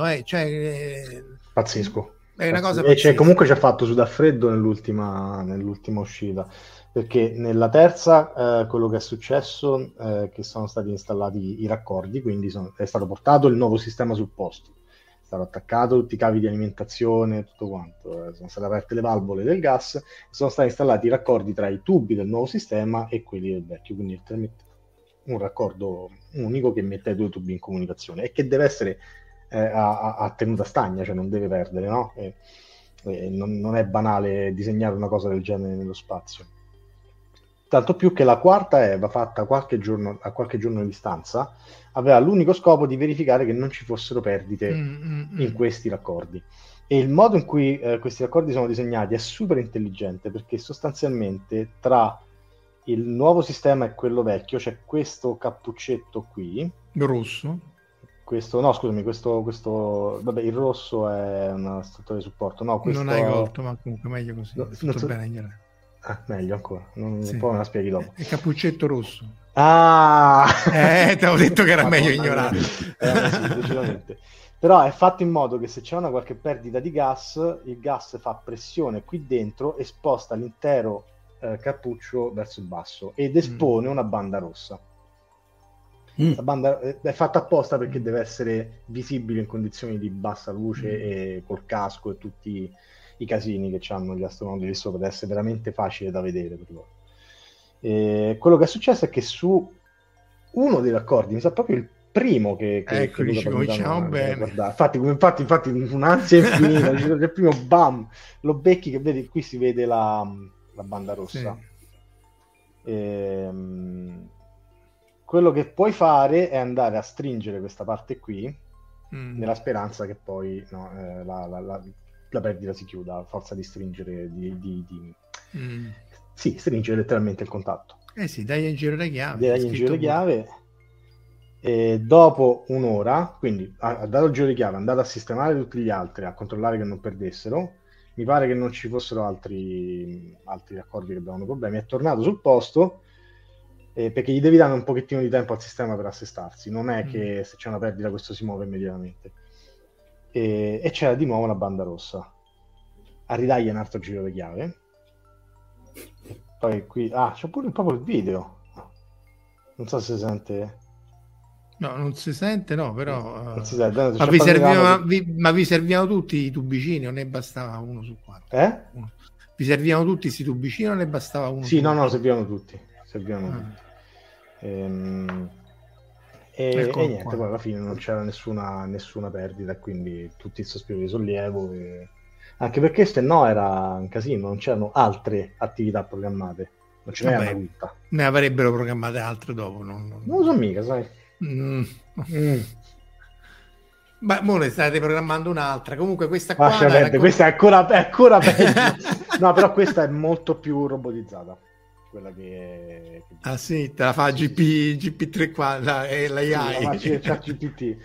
pazzesco. È una cosa pazzesca. E comunque ci ha fatto sudare freddo nell'ultima uscita, perché nella terza quello che è successo che sono stati installati i raccordi, quindi è stato portato il nuovo sistema sul posto, è stato attaccato tutti i cavi di alimentazione, tutto quanto, sono state aperte le valvole del gas, sono stati installati i raccordi tra i tubi del nuovo sistema e quelli del vecchio, quindi un raccordo unico che mette i due tubi in comunicazione e che deve essere a tenuta stagna, cioè non deve perdere, no? Non è banale disegnare una cosa del genere nello spazio. Tanto più che la quarta va fatta a qualche giorno di distanza, aveva l'unico scopo di verificare che non ci fossero perdite in questi raccordi. E il modo in cui questi raccordi sono disegnati è super intelligente, perché sostanzialmente tra il nuovo sistema e quello vecchio c'è questo cappuccetto qui. Rosso? Vabbè, il rosso è una struttura di supporto. No, questo non hai colto, ma comunque meglio così. Tutto bene, ignorare. Meglio ancora, poi me la spieghi dopo. Il cappuccetto rosso. Te avevo detto che era meglio ignorare. Sì, decisamente. Però è fatto in modo che se c'è una qualche perdita di gas, il gas fa pressione qui dentro e sposta l'intero cappuccio verso il basso ed espone una banda rossa. La banda è fatta apposta perché deve essere visibile in condizioni di bassa luce e col casco e tutti i casini che hanno gli astronauti lì sopra, deve essere veramente facile da vedere per loro. Quello che è successo è che su uno dei raccordi, mi sa proprio il primo che ci cominciamo bene. Infatti un'ansia infinita. Il primo bam, lo becchi, che vedi, qui si vede la banda rossa. Sì. Quello che puoi fare è andare a stringere questa parte qui, nella speranza che poi la perdita si chiuda a forza di stringere sì, stringere letteralmente il contatto. Sì, dai in giro le chiavi. E dopo un'ora, quindi ha dato il giro di chiave, è andato a sistemare tutti gli altri, a controllare che non perdessero. Mi pare che non ci fossero altri accordi che avevano problemi. È tornato sul posto, perché gli devi dare un pochettino di tempo al sistema per assestarsi. Non è che se c'è una perdita questo si muove immediatamente. E c'era di nuovo una banda rossa. A ridagli un altro giro di chiave. E poi qui c'è pure proprio il video. Non so se si sente. No, non si sente, no, però non si sente, ma vi servivano tutti i tubicini o ne bastava uno su quattro? Vi servivano tutti questi tubicini o ne bastava uno? Sì, no, servivano tutti. E niente, poi alla fine non c'era nessuna perdita, quindi tutti il sospiro di sollievo, anche perché se no era un casino, non c'erano altre attività programmate, non ce n'era una quinta. Ne avrebbero programmate altre dopo, non lo so mica, sai. Beh, mo ne state programmando un'altra. Comunque questa qua questa è ancora peggio. No, però questa è molto più robotizzata, quella che sì, te la fa GP3 qua, l'AI. Sì, la GPT.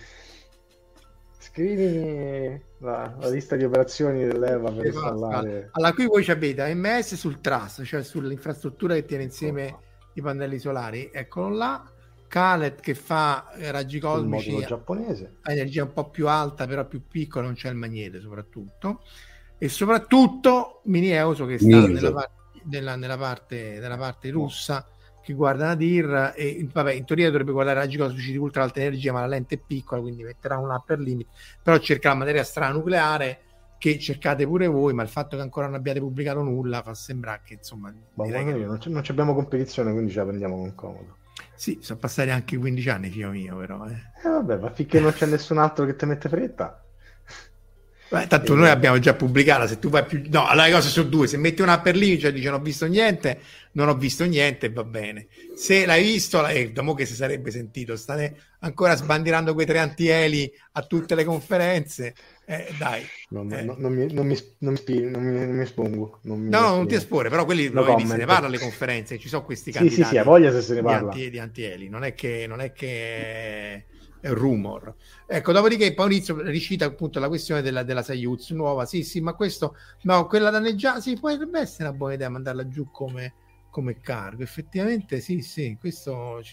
Scrivimi la lista di operazioni dell'EVA per installare. Allora, qui voi avete AMS sul truss, cioè sull'infrastruttura che tiene insieme i pannelli solari, eccolo là. Calet che fa raggi cosmici, il giapponese, ha energia un po' più alta, però più piccola, non c'è il magnete soprattutto, e soprattutto Mini Euso che sta nella parte russa, che guarda Nadir, e vabbè, in teoria dovrebbe guardare raggi cosmici di ultra alta energia, ma la lente è piccola, quindi metterà un upper limit, però cerca la materia strana nucleare, che cercate pure voi, ma il fatto che ancora non abbiate pubblicato nulla fa sembrare che insomma non abbiamo competizione, quindi ce la prendiamo con comodo. Sì, sono passati anche 15 anni, figlio mio, però. Vabbè, ma finché non c'è nessun altro che ti mette fretta. Beh, tanto noi abbiamo già pubblicata, se tu vai più... No, allora le cose sono due, se metti una per lì, cioè dice non ho visto niente, va bene. Se l'hai visto, dopo che si sarebbe sentito, state ancora sbandierando quei 3 antieli a tutte le conferenze, dai. Non mi espongo. Non ti espone, però quelli se ne parla alle conferenze, ci sono questi candidati. Sì, a voglia se ne parla. Di antieli, non è che è un rumor. Ecco, dopodiché poi inizio riuscita appunto la questione della Soyuz nuova, sì, ma questo, no, quella danneggiata, sì, potrebbe essere una buona idea mandarla giù come cargo, effettivamente, sì, questo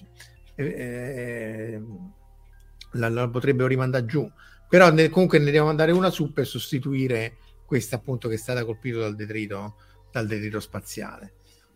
la potrebbero rimandare giù, però comunque ne devo mandare una su per sostituire questa appunto che è stata colpita dal detrito spaziale.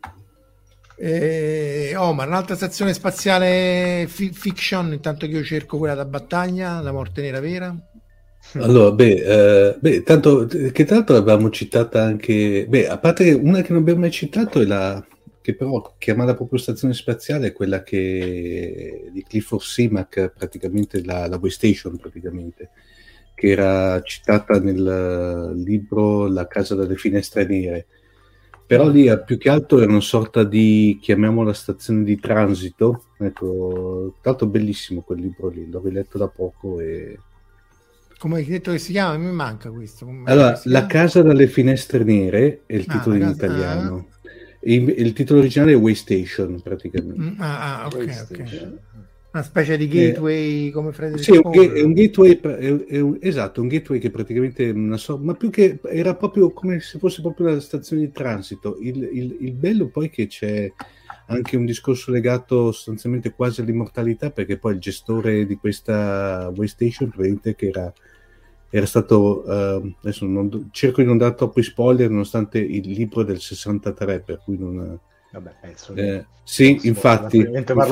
Omar, un'altra stazione spaziale fiction, intanto che io cerco quella da battaglia, la morte nera vera. Allora, tanto che tra l'altro avevamo citata anche, a parte che una che non abbiamo mai citato è la che però chiamata proprio stazione spaziale, è quella che di Clifford Simak, praticamente la Way Station, praticamente, che era citata nel libro La casa dalle finestre nere. Però lì più che altro era una sorta di, chiamiamola stazione di transito, ecco, tra l'altro bellissimo quel libro lì, l'ho riletto da poco e... Come hai detto che si chiama? Mi manca questo. Allora, La casa dalle finestre nere è il titolo in italiano. Il titolo originale è Way Station, praticamente. Ok. Una specie di gateway come Frederick. Sì, è un gateway, esatto, un gateway che praticamente ma più che era proprio come se fosse proprio una stazione di transito. Il bello poi che c'è anche un discorso legato sostanzialmente quasi all'immortalità, perché poi il gestore di questa Way Station praticamente che era stato adesso cerco di non dare troppi spoiler nonostante il libro del 63, per cui non sì, infatti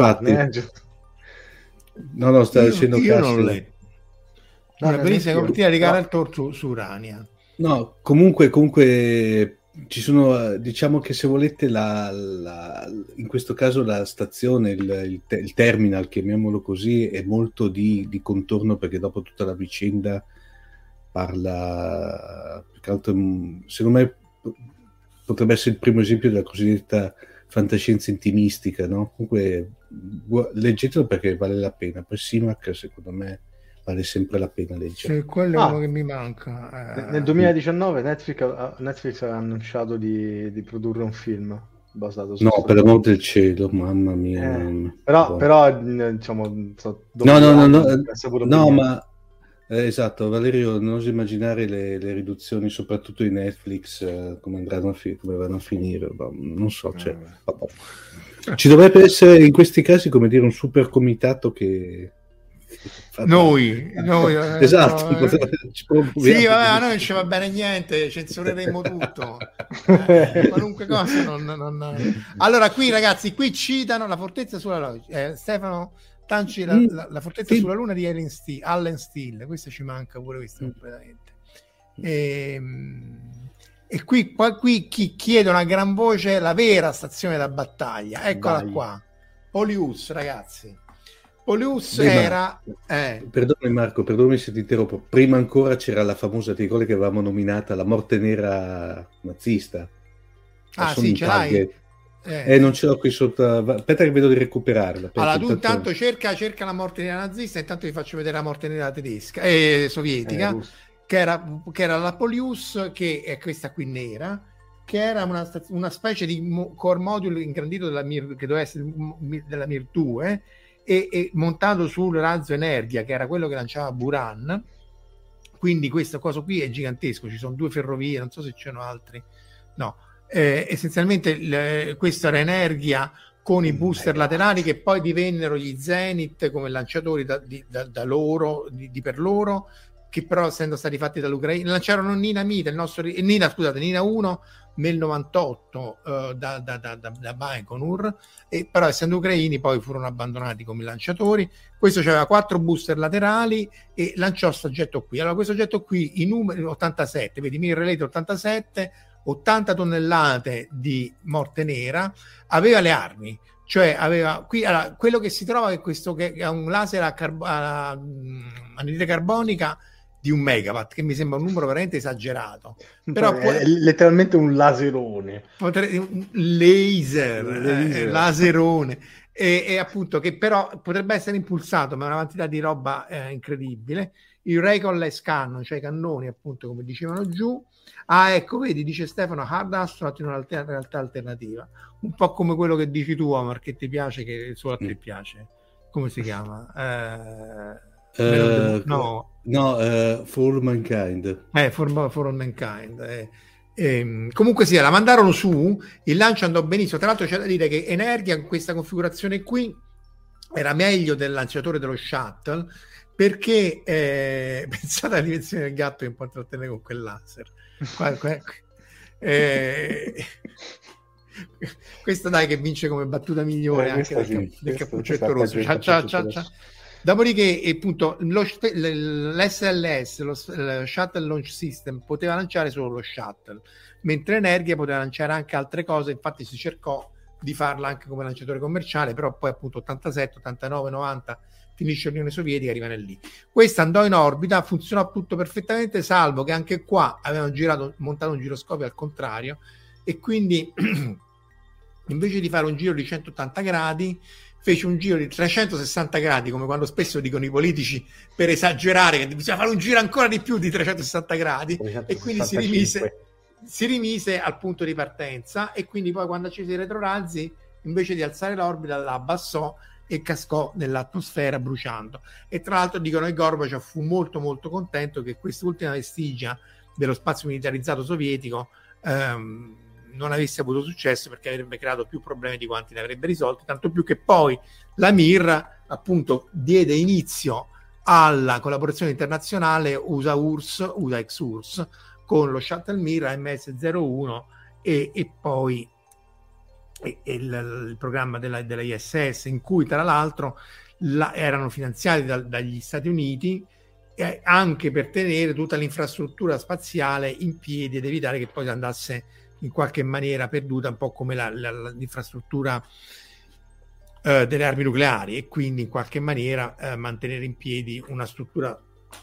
no, sta dicendo io non l'ho letto. Una bellissima copertina di Garaltor su Urania. No, comunque Ci sono, diciamo che se volete, in questo caso la stazione, il terminal, chiamiamolo così, è molto di contorno, perché dopo tutta la vicenda parla, più che altro, secondo me potrebbe essere il primo esempio della cosiddetta fantascienza intimistica, no? Comunque leggetelo perché vale la pena. Poi Simac, secondo me, vale sempre la pena leggere. Sì, quello è uno che mi manca. Nel 2019 Netflix ha annunciato di produrre un film basato su... No, per l'amor del cielo, mamma mia. Però diciamo... No, ma... esatto, Valerio, non oso immaginare le riduzioni, soprattutto di Netflix, come vanno a finire. Non so, cioè, ci dovrebbe essere in questi casi, come dire, un super comitato che... Noi esatto, sì, vabbè, a noi non ci va bene niente, censureremo tutto, qualunque cosa Allora qui ragazzi, qui citano la fortezza sulla luna, Stefano Tanci, la fortezza sulla luna di Allen Steele, questa ci manca pure questa completamente, e qui chi chiedono a gran voce la vera stazione da battaglia, eccola qua, Polius, ragazzi. Polius era... Perdonami Marco, perdonami se ti interrompo. Prima ancora c'era la famosa articolo che avevamo nominata la morte nera nazista. Sì, ce l'hai? Non ce l'ho qui sotto. Aspetta che vedo di recuperarla. Allora tu intanto cerca la morte nera nazista, intanto vi faccio vedere la morte nera tedesca sovietica, che era la Polius, che è questa qui nera, che era una specie di core module ingrandito della Mir, che doveva essere della Mir 2, e montato sul razzo Energia, che era quello che lanciava Buran. Quindi questo coso qui è gigantesco, ci sono 2 ferrovie, non so se c'erano altri, no, essenzialmente questo era Energia con i booster laterali che poi divennero gli Zenit come lanciatori da loro, per loro, che però essendo stati fatti dall'Ucraina lanciarono Nina 1 nel 98 da Baikonur, e però essendo ucraini poi furono abbandonati come lanciatori. Questo aveva 4 booster laterali e lanciò questo oggetto qui. Allora questo oggetto qui, i numeri 87, vedi Mir Relator 87, 80 tonnellate di morte nera, aveva le armi, cioè aveva qui, allora, quello che si trova è questo, che è un laser a anidride carbonica di 1 megawatt, che mi sembra un numero veramente esagerato, però è letteralmente un laserone, un laserone, e appunto che però potrebbe essere impulsato ma una quantità di roba incredibile. Il Rayconless Cannon, cioè i cannoni appunto come dicevano giù. Ecco, vedi, dice Stefano, Hard Astronaut in una realtà alternativa, un po' come quello che dici tu, Omar, che ti piace, che solo a te piace. Come si chiama? For All Mankind. For All Mankind. Comunque sia, la mandarono su, il lancio andò benissimo. Tra l'altro c'è da dire che Energia con questa configurazione qui era meglio del lanciatore dello shuttle, perché pensate alla dimensione del gatto che può intrattenere con quel laser. Questa dai che vince come battuta migliore anche del cappuccetto rosso. Dopodiché appunto l'SLS, lo Shuttle Launch System, poteva lanciare solo lo shuttle, mentre Energia poteva lanciare anche altre cose. Infatti si cercò di farla anche come lanciatore commerciale, però poi appunto 87, 89, 90 finisce l'Unione Sovietica, rimane lì. Questa andò in orbita, funzionò tutto perfettamente, salvo che anche qua avevano montato un giroscopio al contrario, e quindi invece di fare un giro di 180 gradi fece un giro di 360 gradi, come quando spesso dicono i politici per esagerare che bisogna fare un giro ancora di più di 360 gradi, 365. E quindi si rimise al punto di partenza, e quindi poi quando accese i retrorazzi, invece di alzare l'orbita la abbassò e cascò nell'atmosfera bruciando. E tra l'altro dicono che Gorbaciov fu molto molto contento che quest'ultima vestigia dello spazio militarizzato sovietico non avesse avuto successo, perché avrebbe creato più problemi di quanti ne avrebbe risolti, tanto più che poi la Mir appunto diede inizio alla collaborazione internazionale USA-URSS con lo Shuttle Mir AMS-01 e poi il programma della ISS, in cui tra l'altro erano finanziati dagli Stati Uniti anche per tenere tutta l'infrastruttura spaziale in piedi ed evitare che poi andasse in qualche maniera perduta, un po' come l'infrastruttura delle armi nucleari, e quindi in qualche maniera mantenere in piedi una struttura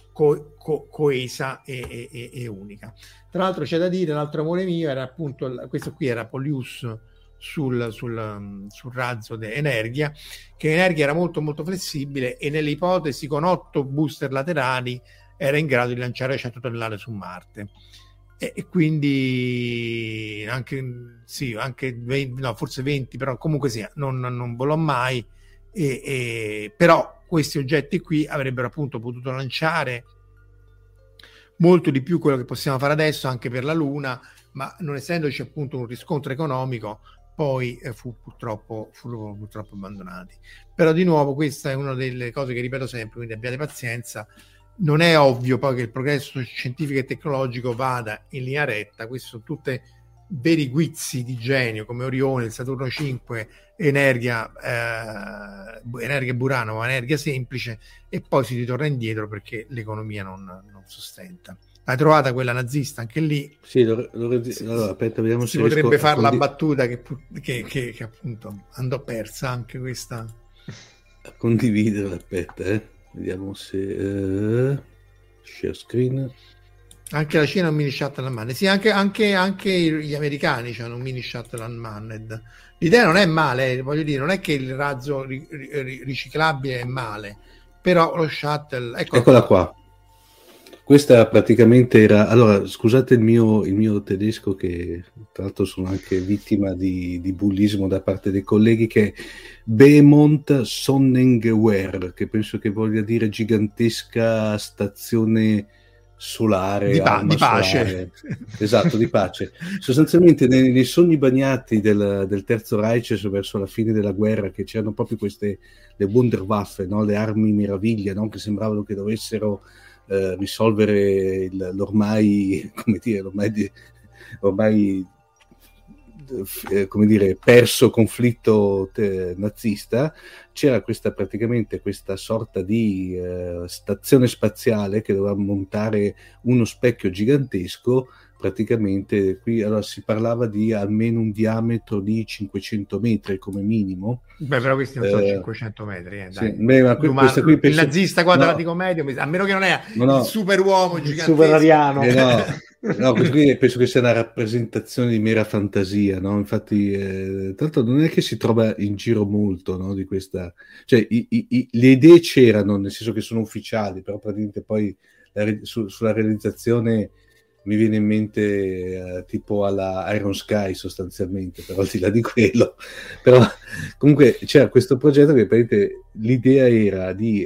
coesa e unica. Tra l'altro c'è da dire, l'altro amore mio era appunto questo qui, era Polius sul razzo Energia, che Energia era molto molto flessibile e nelle ipotesi con 8 booster laterali era in grado di lanciare 100 tonnellate su Marte, e quindi anche 20, no, forse 20, però comunque sia non volò mai, però questi oggetti qui avrebbero appunto potuto lanciare molto di più quello che possiamo fare adesso anche per la Luna, ma non essendoci appunto un riscontro economico poi furono purtroppo abbandonati. Però di nuovo questa è una delle cose che ripeto sempre, quindi abbiate pazienza. Non è ovvio poi che il progresso scientifico e tecnologico vada in linea retta, questi sono tutte veri guizzi di genio come Orione, il Saturno 5, Energia Burano, Energia semplice, e poi si ritorna indietro perché l'economia non sostenta. L'hai trovata quella nazista anche lì? Sì, allora, aspetta, vediamo si potrebbe fare la battuta che appunto andò persa anche questa. A condividere, aspetta, vediamo se share screen. Anche la Cina ha un mini shuttle unmanned. Sì, anche gli americani hanno un mini shuttle unmanned. L'idea non è male, voglio dire, non è che il razzo riciclabile è male, però lo shuttle, eccola qua. Questa praticamente era, allora scusate il mio tedesco, che tra l'altro sono anche vittima di bullismo da parte dei colleghi, che è Behemoth Sonnengewehr, che penso che voglia dire gigantesca stazione solare, di pace. Solare. Esatto, di pace. Sostanzialmente nei sogni bagnati del Terzo Reich verso la fine della guerra, che c'erano proprio queste, le Wunderwaffe, no? Le armi meraviglia, no? Che sembravano che dovessero risolvere l'ormai come dire perso conflitto nazista. C'era praticamente questa sorta di stazione spaziale che doveva montare uno specchio gigantesco. Praticamente qui allora si parlava di almeno un diametro di 500 metri come minimo. Beh, però questi non sono 500 metri, dai. Sì, ma questa qui penso... Il nazista quadratico medio, a meno che non è il super uomo gigantesco, super ariano. No, questo qui penso che sia una rappresentazione di mera fantasia, no? Infatti, tanto non è che si trova in giro molto, no? Di questa, cioè le idee c'erano, nel senso che sono ufficiali, però praticamente poi sulla realizzazione mi viene in mente tipo alla Iron Sky sostanzialmente, però al di là di quello. Però comunque c'era questo progetto che praticamente l'idea era di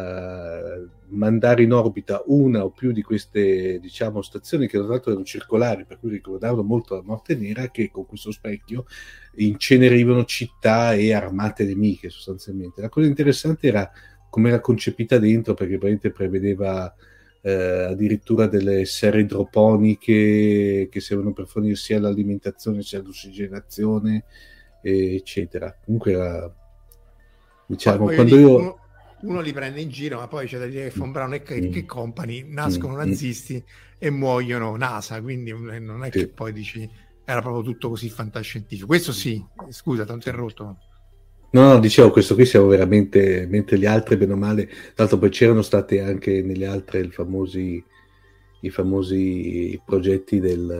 mandare in orbita una o più di queste, diciamo, stazioni che tra l'altro erano circolari, per cui ricordavano molto la Morte Nera, che con questo specchio incenerivano città e armate nemiche sostanzialmente. La cosa interessante era come era concepita dentro, perché praticamente prevedeva addirittura delle serre idroponiche che servono per fornire sia l'alimentazione sia l'ossigenazione, eccetera. Comunque era, diciamo, quando uno li prende in giro, ma poi c'è da dire che Von Braun e Company nascono nazisti e muoiono NASA, quindi non è che poi dici era proprio tutto così fantascientifico. Questo sì, scusa, ti ho interrotto. No, dicevo, questo qui siamo veramente, mentre gli altri, bene o male, tra l'altro poi c'erano state anche nelle altre i famosi progetti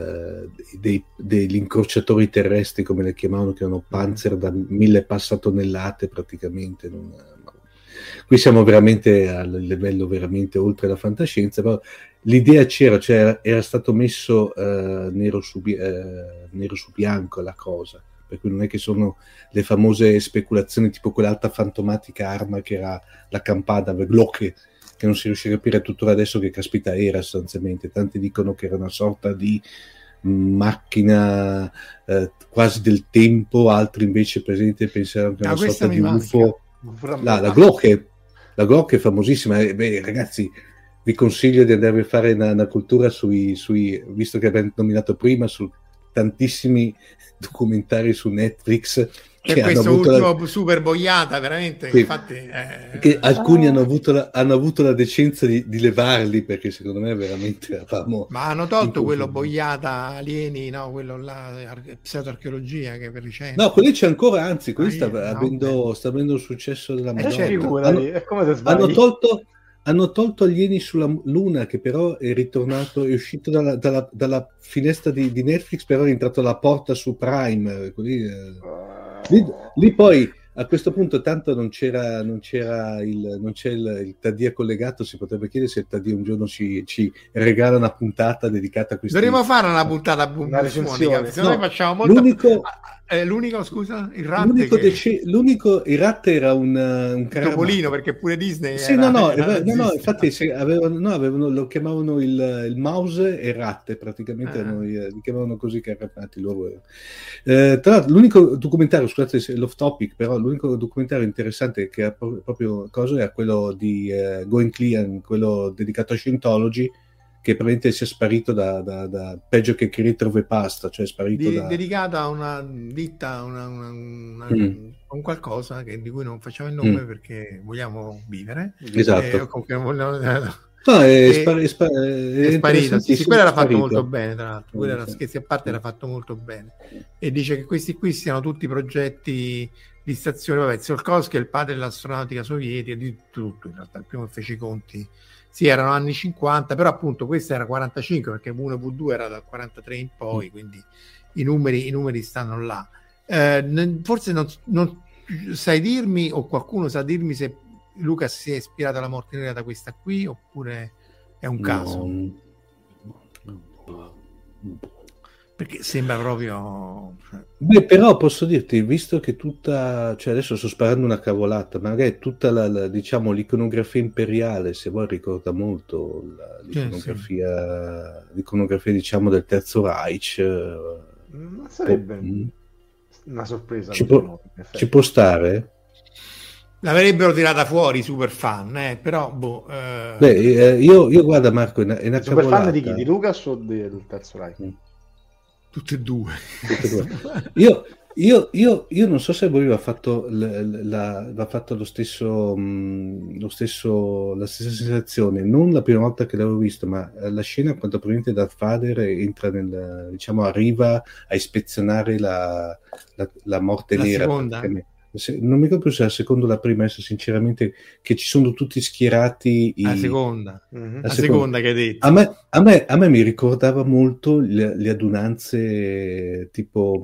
degli incrociatori terrestri, come le chiamavano, che erano Panzer da 1000 passatonnellate praticamente. Qui siamo veramente al livello veramente oltre la fantascienza, però l'idea c'era, cioè era stato messo nero su bianco la cosa. Per cui non è che sono le famose speculazioni tipo quell'altra fantomatica arma che era la Campana, Glocke, che non si riesce a capire tuttora adesso che caspita era sostanzialmente. Tanti dicono che era una sorta di macchina quasi del tempo, altri invece presente pensavano che era una sorta di UFO. La Glocke è famosissima. Beh, ragazzi, vi consiglio di andare a fare una cultura sui visto che abbiamo nominato prima, su tantissimi documentari su Netflix E questo ultimo super boiata, veramente, sì, infatti... che alcuni hanno avuto la decenza di levarli, perché secondo me veramente eravamo... Ma hanno tolto quello boiata alieni, no? Quello là, pseudoarcheologia, che per recente... No, quelli c'è ancora, anzi, quelli sta avendo il successo della Madonna. Hanno tolto alieni sulla Luna, che però è ritornato, è uscito dalla finestra di Netflix, però è entrato alla porta su Prime. Lì poi a questo punto tanto non c'è il Taddia collegato, si potrebbe chiedere se il Taddia un giorno ci regala una puntata dedicata a questi. Dovremmo fare una puntata a recensione. Se noi facciamo molto... L'unico, scusa, il Rat il Rat era un Topolino, perché pure Disney sì, no, infatti lo chiamavano il Mouse e Rat, praticamente li chiamavano così, carapati loro. Tra l'altro l'unico documentario, scusate se l'off topic, però l'unico documentario interessante che ha proprio cosa è quello di Going Clean, quello dedicato a Scientology, che praticamente sia sparito da peggio che ritrove pasta, cioè è sparito dedicato a una ditta, un qualcosa di cui non facciamo il nome perché vogliamo vivere. Esatto. È sparito. Sì, quello era fatto molto bene, tra l'altro. Quello era, scherzi a parte, era fatto molto bene. E dice che questi qui siano tutti progetti di stazione. Vabbè, Tsiolkovsky è il padre dell'astronautica sovietica, di tutto in realtà, il primo che fece i conti. Sì, erano anni 50, però appunto questa era 45, perché V1 e V2 era dal 43 in poi, quindi i numeri stanno là. Forse non sai dirmi, o qualcuno sa dirmi, se Lucas si è ispirato alla morte nera da questa qui, oppure è un caso? Perché sembra proprio... Beh, però posso dirti, visto che cioè adesso sto sparando una cavolata, magari tutta diciamo l'iconografia imperiale, se vuoi, ricorda molto l'iconografia diciamo del Terzo Reich. Sarebbe una sorpresa. Ci può stare? L'avrebbero tirata fuori i super fan, però io guarda Marco, è una super cavolata. Fan di chi? Di Lucas o del Terzo Reich? Tutte e due. Io non so se voi aveva fatto la stessa sensazione, non la prima volta che l'avevo visto, ma la scena quando probabilmente Darth Vader entra arriva a ispezionare la morte nera. Seconda. Non mi ricordo se la seconda o la prima, adesso sinceramente, che ci sono tutti schierati la seconda che hai detto. A me mi ricordava molto le adunanze tipo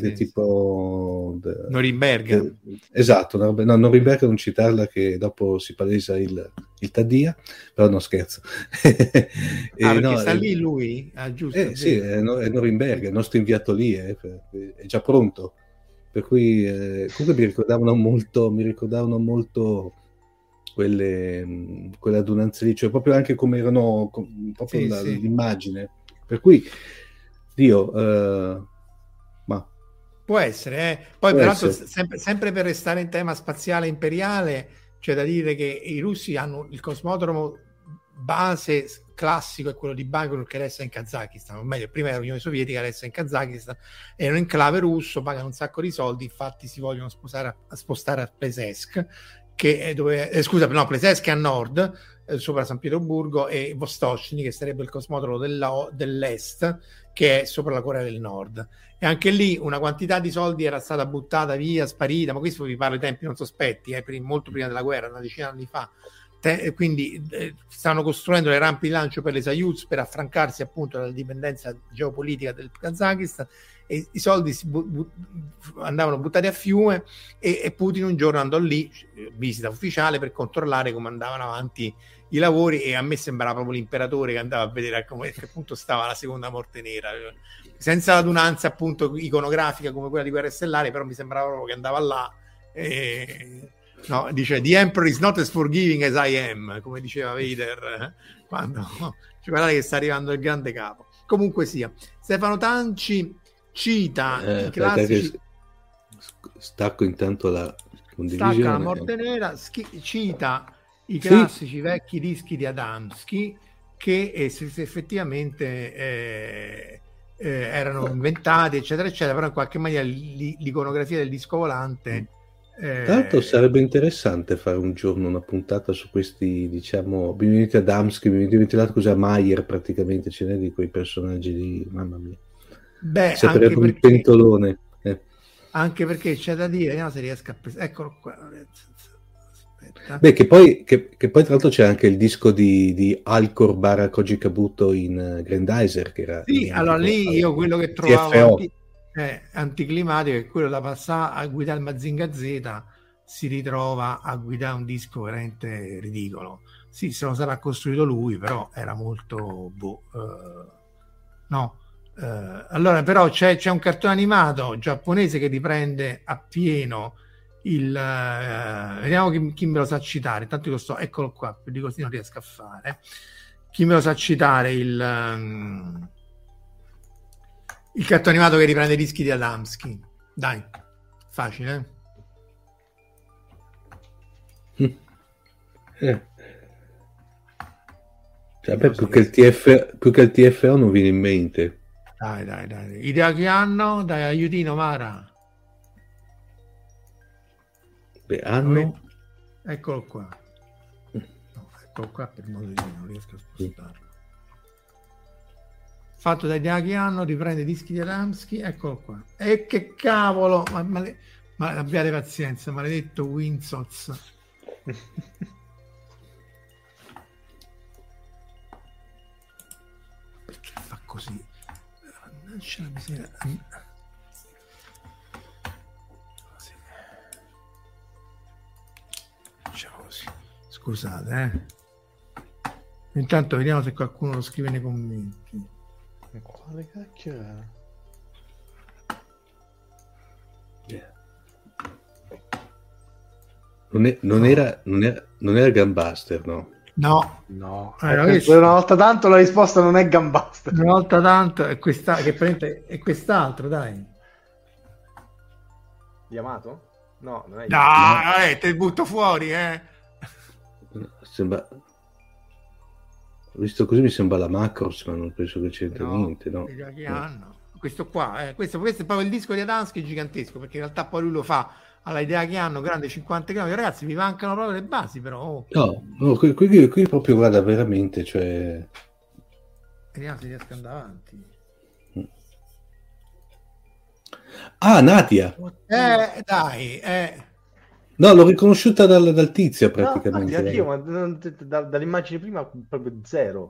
Norimberga. Esatto, Norimberga non citarla, che dopo si palesa il Taddia, però no, scherzo. Perché sta lì lui? Giusto. Sì, è Norimberga, il nostro inviato lì, è già pronto. Per cui comunque mi ricordavano molto quelle adunanze lì, cioè proprio anche come erano proprio l'immagine. Per cui ma può essere, Poi peraltro sempre per restare in tema spaziale imperiale, c'è da dire che i russi hanno il cosmodromo base classico, è quello di Baikonur, che adesso è in Kazakistan, o meglio prima era l'Unione Sovietica, adesso è in Kazakistan, è un enclave russo, pagano un sacco di soldi, infatti si vogliono spostare a Plesetsk, che è Plesetsk è a nord, sopra San Pietroburgo, e Vostochny, che sarebbe il cosmodromo dell'est, che è sopra la Corea del Nord, e anche lì una quantità di soldi era stata buttata via, sparita, ma questo vi parlo di tempi non sospetti, molto prima della guerra, una decina di anni fa. Quindi stanno costruendo le rampe di lancio per le Soyuz per affrancarsi appunto dalla dipendenza geopolitica del Kazakistan, e i soldi andavano buttati a fiume, e Putin un giorno andò lì, visita ufficiale, per controllare come andavano avanti i lavori, e a me sembrava proprio l'imperatore che andava a vedere a che punto stava la seconda morte nera, senza l'adunanza appunto iconografica come quella di Guerre Stellari, però mi sembrava proprio che andava là no, dice the emperor is not as forgiving as I am, come diceva Vader quando guardate che sta arrivando il grande capo. Comunque sia, Stefano Tanci cita i classici, stacco intanto la condivisione, stacca la morte nera, cita i classici vecchi dischi di Adamski, che effettivamente erano inventati, eccetera, eccetera, però in qualche maniera l'iconografia del disco volante... Tra l'altro sarebbe interessante fare un giorno una puntata su questi, diciamo, mi venite Adamski, mi venite cosa Mayer, praticamente ce n'è di quei personaggi lì, mamma mia. Beh, sarebbe un pentolone. Anche perché c'è da dire, vediamo se riesco a eccolo qua. Aspetta. Beh, che poi tra l'altro c'è anche il disco di Alcor Bara Koji Kabuto in Grandizer, che era... Sì, allora lì io quello che trovavo anticlimatico è quello da passare a guidare il Mazinga Z, si ritrova a guidare un disco veramente ridicolo. Sì, se lo sarà costruito lui, però era molto no. Allora però c'è un cartone animato giapponese che riprende appieno il vediamo chi me lo sa citare, tanto io sto, eccolo qua, di così non riesco a fare. Chi me lo sa citare il cartone animato che riprende i dischi di Adamski? Dai, facile. Cioè, beh, più che il TFO non viene in mente. Dai. Idea che hanno? Dai, aiutino Mara. Beh, hanno... Eccolo qua. No, eccolo qua per modo di dire, non riesco a spostarlo. Fatto da Idea che hanno, riprende i dischi di Adamski, eccolo qua. E che cavolo! Ma abbiate pazienza, maledetto Winsoz. Perché fa così? Mannaggia la miseria. Così. Facciamo così. Scusate, Intanto vediamo se qualcuno lo scrive nei commenti. Quale cacchio era? Non era Gunbuster, no? No. Per una volta tanto la risposta non è Gunbuster. Una volta tanto è quest'altro, dai. Yamato? No, non è Yamato. No, te butto fuori, Sembra... Visto così mi sembra la Macros, ma non penso che c'entra niente, no? Questo qua, questo è proprio il disco di Adamski gigantesco, perché in realtà poi lui lo fa alla Idea che hanno, grande 50 km. Ragazzi, vi mancano proprio le basi, però. No, qui proprio guarda veramente, cioè... Vediamo se riesco ad andare avanti. Ah, Nadia! Dai, No, l'ho riconosciuta dal tizio praticamente. No, anch'io, ma dall'immagine prima proprio zero.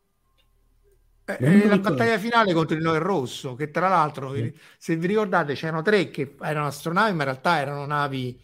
La battaglia finale contro il Noè Rosso, che tra l'altro, se vi ricordate, c'erano 3 che erano astronavi, ma in realtà erano navi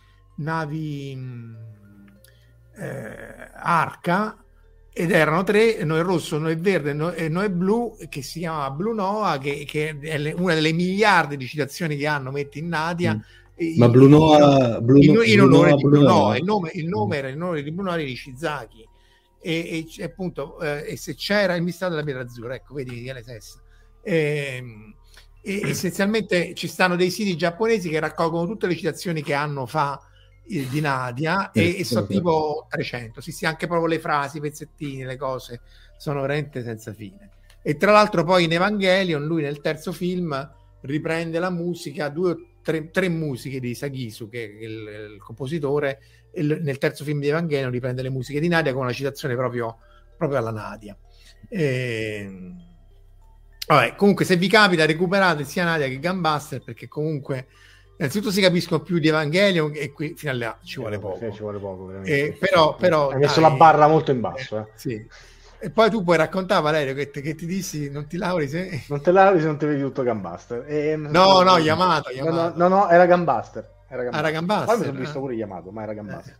Arca, ed erano 3, Noè Rosso, Noè Verde e Noè Blu, che si chiama Blue Noah, che è una delle miliardi di citazioni che hanno mette in Nadia. Ma Blue Noah in onore di Blue Noah, il nome era in onore di Blue Noah di Nishizaki. E appunto e se c'era il mistero della pietra azzurra, ecco, vedi che stessa. Essenzialmente ci stanno dei siti giapponesi che raccolgono tutte le citazioni che hanno di Nadia e sono tipo 300, sì, anche proprio le frasi, i pezzettini, le cose sono veramente senza fine. E tra l'altro poi in Evangelion lui nel terzo film riprende la musica, 2 o 3 musiche di Sagisu, che è il compositore. Nel terzo film di Evangelion riprende le musiche di Nadia con una citazione proprio alla Nadia. Vabbè, comunque se vi capita recuperate sia Nadia che Gunbuster, perché comunque innanzitutto si capiscono più di Evangelion e qui fino a là ci vuole poco. Ci vuole poco veramente. Però hai messo la barra molto in basso. Sì. E poi tu puoi raccontare, Valerio, che ti dissi non ti lauri se non ti vedi tutto Gunbuster. No, Yamato. No, era Gunbuster. Era Gunbuster. Poi mi sono visto pure Yamato, ma era Gunbuster.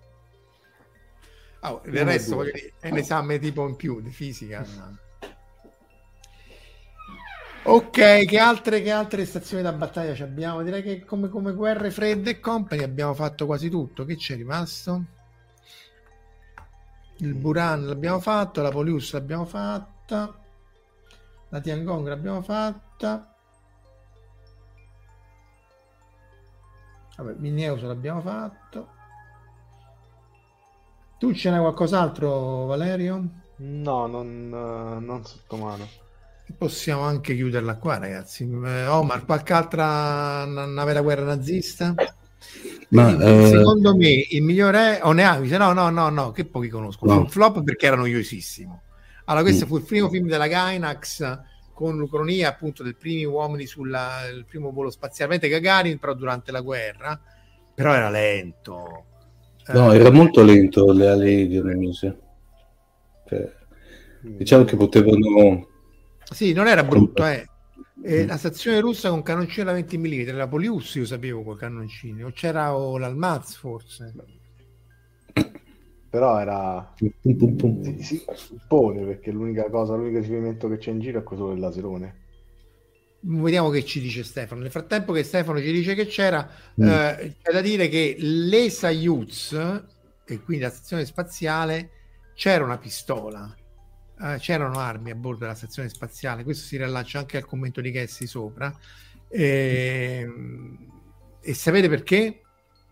Del resto voglio dire, è un esame tipo in più di fisica. Ok, che altre stazioni da battaglia abbiamo? Direi che come Guerre Fredde e Company abbiamo fatto quasi tutto. Che c'è rimasto? Il Buran l'abbiamo fatto, la Polius l'abbiamo fatta, la Tiangong l'abbiamo fatta, vabbè, Mineuso l'abbiamo fatto. Tu ce n'hai qualcos'altro, Valerio? No, non sotto mano. Possiamo anche chiuderla qua, ragazzi. Omar, qualche altra nave da guerra nazista? Ma secondo me il migliore è o ne hai? No, che pochi conosco. No. Fu un flop perché era noiosissimo. Allora, questo fu il primo film della Gainax con l'ucronia appunto dei primi uomini il primo volo spaziale, Gagarin, però durante la guerra, però era lento. No, era molto lento le ali di Dionisi. Diciamo che potevano... Sì, non era brutto, la stazione russa con cannoncini da 20 mm, la Polius io sapevo con cannoncini, o c'era l'Almaz forse. Però era si suppone, perché l'unico riferimento che c'è in giro è quello del laserone. Vediamo che ci dice Stefano. Nel frattempo che Stefano ci dice che c'era, c'è da dire che le Soyuz, e quindi la stazione spaziale, c'era una pistola, c'erano armi a bordo della stazione spaziale. Questo si riallaccia anche al commento di Cassi sopra. E sapete perché?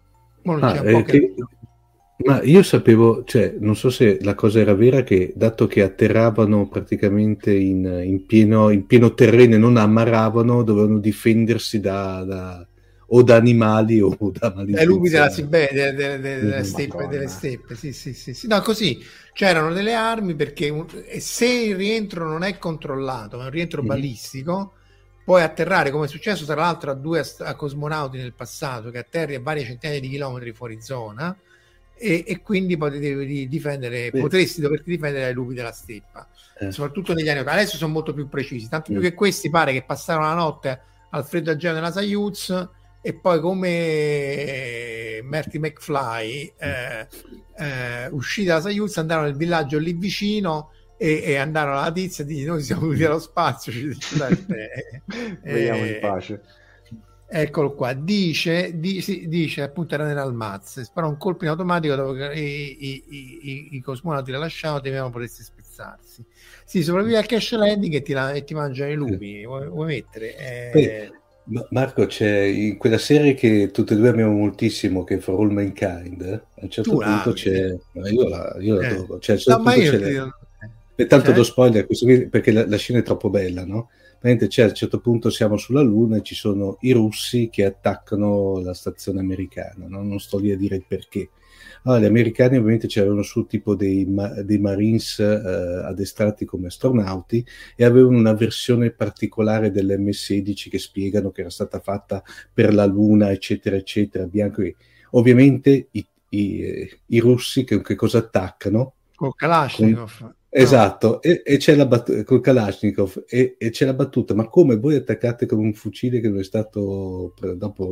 Ma io sapevo, cioè, non so se la cosa era vera, che dato che atterravano praticamente in pieno terreno e non ammaravano, dovevano difendersi da animali o da maledizioni. Dai lupi della Siberia, delle steppe. Sì. No, così c'erano delle armi, perché se il rientro non è controllato, ma è un rientro balistico, puoi atterrare, come è successo tra l'altro a 2 cosmonauti nel passato, che atterri a varie centinaia di chilometri fuori zona. E quindi potresti doverti difendere dai lupi della steppa, soprattutto negli anni 80. Adesso sono molto più precisi, tanto più che questi pare che passarono la notte al freddo gelo nella Soyuz, e poi come Marty McFly uscì dalla Soyuz, andarono nel villaggio lì vicino e andarono alla tizia e dicono: noi siamo venuti dallo spazio, vediamo in pace. Eccolo qua, dice appunto era nell'Almaz, sparò un colpo in automatico dopo che i cosmonauti la lasciavano, temevano potesse spezzarsi. Sì, sopravvive al crash landing e ti mangiano i lupi. Vuoi mettere? Marco, c'è in quella serie che tutti e due amiamo moltissimo, che è For All Mankind, a un certo punto c'è... Io la adoro. Cioè, tanto do spoiler questo qui, perché la scena è troppo bella, no? Mentre a un certo punto siamo sulla Luna e ci sono i russi che attaccano la stazione americana, no? Non sto lì a dire il perché. Allora, gli americani ovviamente c'erano su tipo dei Marines addestrati come astronauti, e avevano una versione particolare dell'M16 che spiegano che era stata fatta per la Luna, eccetera, eccetera, bianco. Ovviamente i russi che cosa attaccano? Con Kalashnikov. Esatto, e c'è la battuta col Kalashnikov, e c'è la battuta: ma come voi attaccate con un fucile che non è stato dopo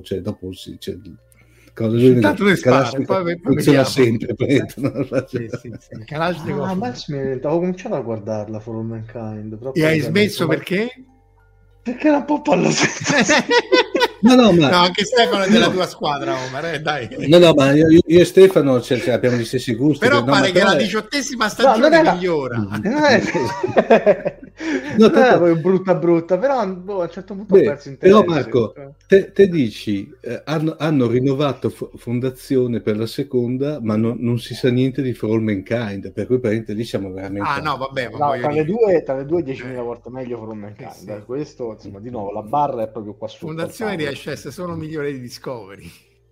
intanto lui spara, poi funziona sempre. Kalashnikov. Avevo cominciato a guardarla For All Mankind, e hai smesso perché era un po' pallosetto. No, anche Stefano è della tua squadra, Omar, dai. No, ma io e Stefano abbiamo gli stessi gusti. Però pare che la 18ª stagione migliora. Non era poi brutta, però a un certo punto ho perso interesse. Però Marco, te dici, hanno rinnovato fondazione per la seconda, ma non si sa niente di For All Mankind, per cui praticamente lì siamo veramente... tra le due 10.000 volte meglio For All Mankind. Sì. Questo, insomma, di nuovo, la barra è proprio qua sotto. Fondazione riesce a essere solo migliore di Discovery.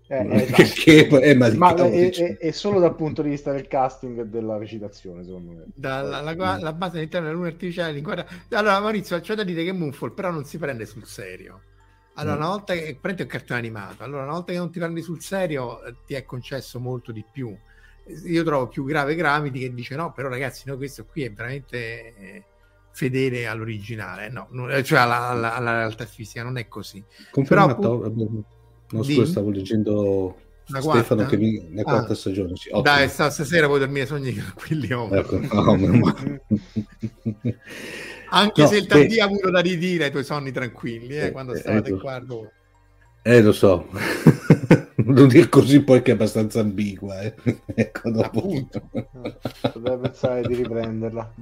È solo dal punto di vista del casting e della recitazione, secondo me. La base all'interno della luna artificiale. Allora, Maurizio, c'è da dire che Moonfall però non si prende sul serio. Allora, una volta che prendi un cartone animato, allora una volta che non ti prendi sul serio, ti è concesso molto di più. Io trovo più grave Gramiti che dice: no, però ragazzi, no, questo qui è veramente fedele all'originale, cioè alla realtà fisica, non è così. Confermato. Scusa, stavo leggendo Stefano che la quarta stagione. Sì, dai, stasera puoi dormire sogni tranquilli. Anche se il Tandì ha avuto da ridire ai tuoi sonni tranquilli quando stavate qua. Lo so. Non dire così poi, che è abbastanza ambigua. Ecco, dopo. Potrei pensare di riprenderla.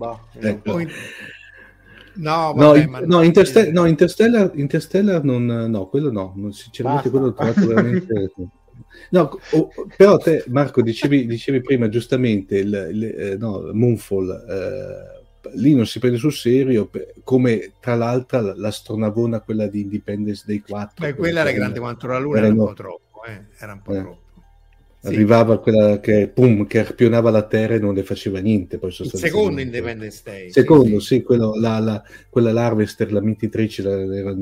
Interstellar non, quello no, sinceramente quello l'ho trovato veramente però te, Marco, dicevi prima giustamente Moonfall, lì non si prende sul serio, come tra l'altro l'astronavona, quella di Independence Day 4. Beh, quella era grande quanto la Luna, era un po' troppo, era un po' troppo. Sì. Arrivava quella che arpionava la Terra e non le faceva niente. Poi il secondo Independence Day. Secondo, sì, quello, quella l'Harvester, la Miti-13 era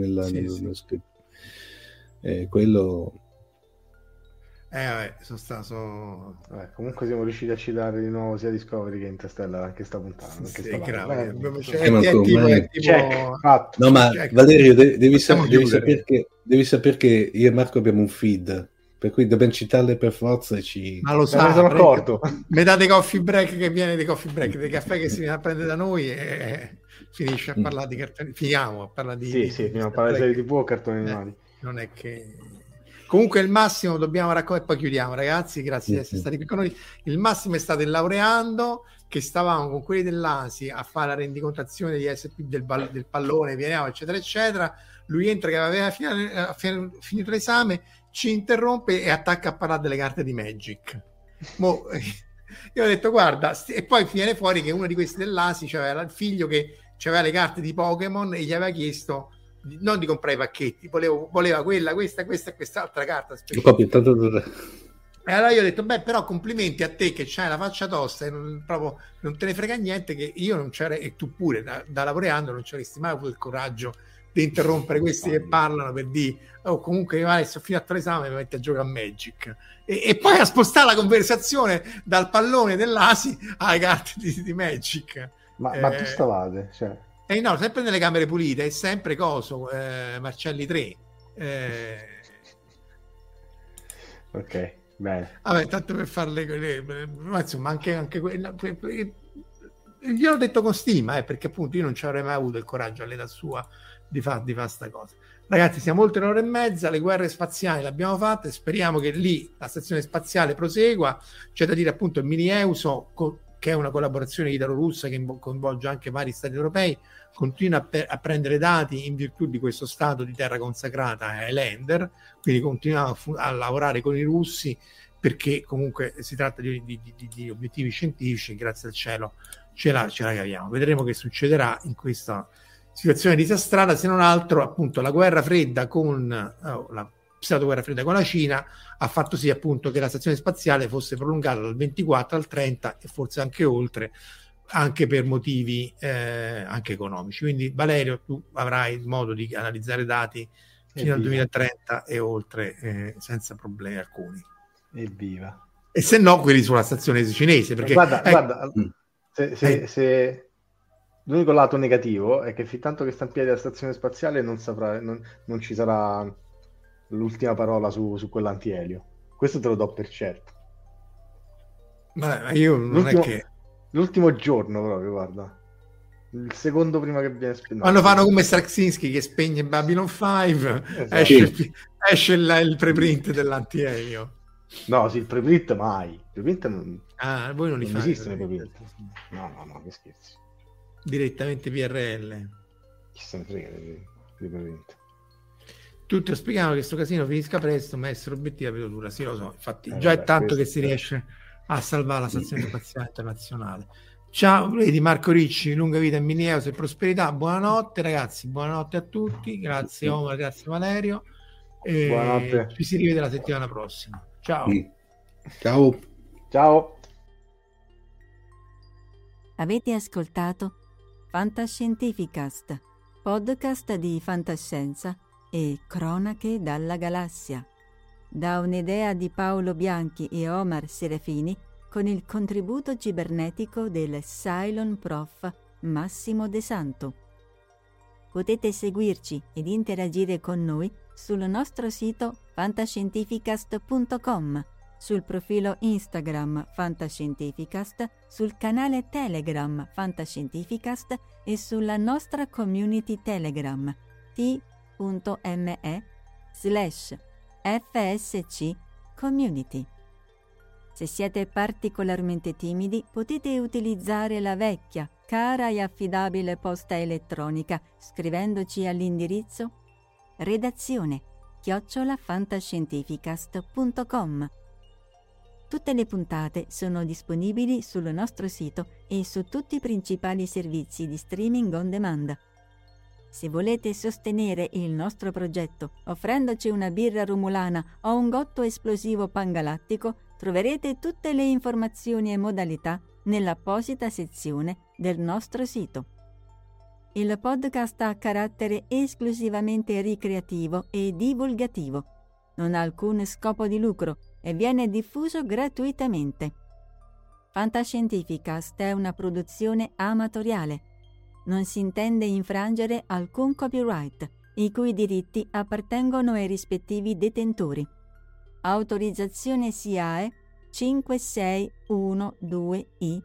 quello... vabbè, comunque siamo riusciti a citare di nuovo sia Discovery che Interstellar anche sta puntata. No, ma Valerio, devi sapere che io e Marco abbiamo un feed, per cui dobbiamo citarle per forza e ma lo sa, sono accorto. Metà dei coffee break che viene dei coffee break, dei caffè che si viene a prendere da noi e finisce a parlare di cartoni. Finiamo a parlare di finiamo a parlare di serie TV o cartoni animali. Non è che comunque il Massimo dobbiamo raccontare e poi chiudiamo, ragazzi, grazie di essere stati qui con noi. Il Massimo è stato il laureando che stavamo con quelli dell'ASI a fare la rendicontazione di SP del pallone, veniamo eccetera eccetera. Lui entra che aveva finito l'esame, ci interrompe e attacca a parlare delle carte di Magic. Io ho detto guarda, e poi viene fuori che uno di questi dell'ASI c'aveva il figlio che aveva le carte di Pokémon e gli aveva chiesto non di comprare i pacchetti, voleva quella, questa e quest'altra carta specifica. E allora io ho detto beh, però complimenti a te che c'hai la faccia tosta e non te ne frega niente, che io non c'era, e tu pure da laureando non c'avresti mai avuto il coraggio di interrompere questi che parlano per dire comunque io adesso fino a l'esame mi metti a giocare a Magic e poi a spostare la conversazione dal pallone dell'ASI alle carte di Magic. Ma tu stavate? No, sempre nelle camere pulite, è sempre Marcelli 3. Ok, bene. Vabbè, tanto per farle, ma insomma anche quella. Gliel'ho detto con stima, perché appunto io non ci avrei mai avuto il coraggio all'età sua di fare sta cosa. Ragazzi, siamo oltre un'ora e mezza, le guerre spaziali le abbiamo fatte, speriamo che lì la stazione spaziale prosegua. C'è da dire appunto il mini EUSO, che è una collaborazione italo-russa che coinvolge anche vari stati europei, continua a prendere dati in virtù di questo stato di terra consacrata Highlander, quindi continuiamo a lavorare con i russi perché comunque si tratta di obiettivi scientifici, grazie al cielo ce la caviamo. Vedremo che succederà in questa situazione disastrata, se non altro appunto la guerra fredda la pseudo-guerra fredda con la Cina ha fatto sì appunto che la stazione spaziale fosse prolungata dal 24 al 30 e forse anche oltre, anche per motivi anche economici. Quindi Valerio, tu avrai modo di analizzare dati fino al 2030 e oltre senza problemi alcuni. Evviva. E se no quelli sulla stazione cinese, perché guarda se l'unico lato negativo è che fin tanto che sta in piedi la stazione spaziale non ci sarà l'ultima parola su quell'antielio. Questo te lo do per certo. Ma io non è che l'ultimo giorno proprio, guarda, il secondo prima che viene spento. Quando fanno come Straczynski che spegne Babylon 5, esatto. esce il preprint dell'antielio. No, sì, il preprint mai. Il preprint non... voi non li fate? Esistono i preprint. No, che scherzi. Direttamente PRL. Chi se ne frega dei preprint. Tutti spiegano che sto casino finisca presto, ma essere obiettiva vedo dura. Sì, lo so, infatti già è tanto che si riesce a salvare la stazione spaziale internazionale. Ciao, vedi Marco Ricci, lunga vita e mini EUS e prosperità. Buonanotte ragazzi, buonanotte a tutti. Grazie Omar, grazie Valerio. Buonanotte. Ci si rivede la settimana prossima. Ciao. Ciao. Avete ascoltato Fantascientificast, podcast di fantascienza e cronache dalla galassia. Da un'idea di Paolo Bianchi e Omar Serafini con il contributo cibernetico del Cylon Prof Massimo De Santo. Potete seguirci ed interagire con noi sul nostro sito fantascientificast.com, sul profilo Instagram Fantascientificast, sul canale Telegram Fantascientificast e sulla nostra community Telegram t.me/FSC Community. Se siete particolarmente timidi, potete utilizzare la vecchia, cara e affidabile posta elettronica scrivendoci all'indirizzo redazione@fantascientificast.com. Tutte le puntate sono disponibili sul nostro sito e su tutti i principali servizi di streaming on demand. Se volete sostenere il nostro progetto offrendoci una birra rumulana o un gotto esplosivo pangalattico, troverete tutte le informazioni e modalità nell'apposita sezione del nostro sito. Il podcast ha carattere esclusivamente ricreativo e divulgativo. Non ha alcun scopo di lucro e viene diffuso gratuitamente. Fantascientificast è una produzione amatoriale. Non si intende infrangere alcun copyright, i cui diritti appartengono ai rispettivi detentori. Autorizzazione SIAE 5612I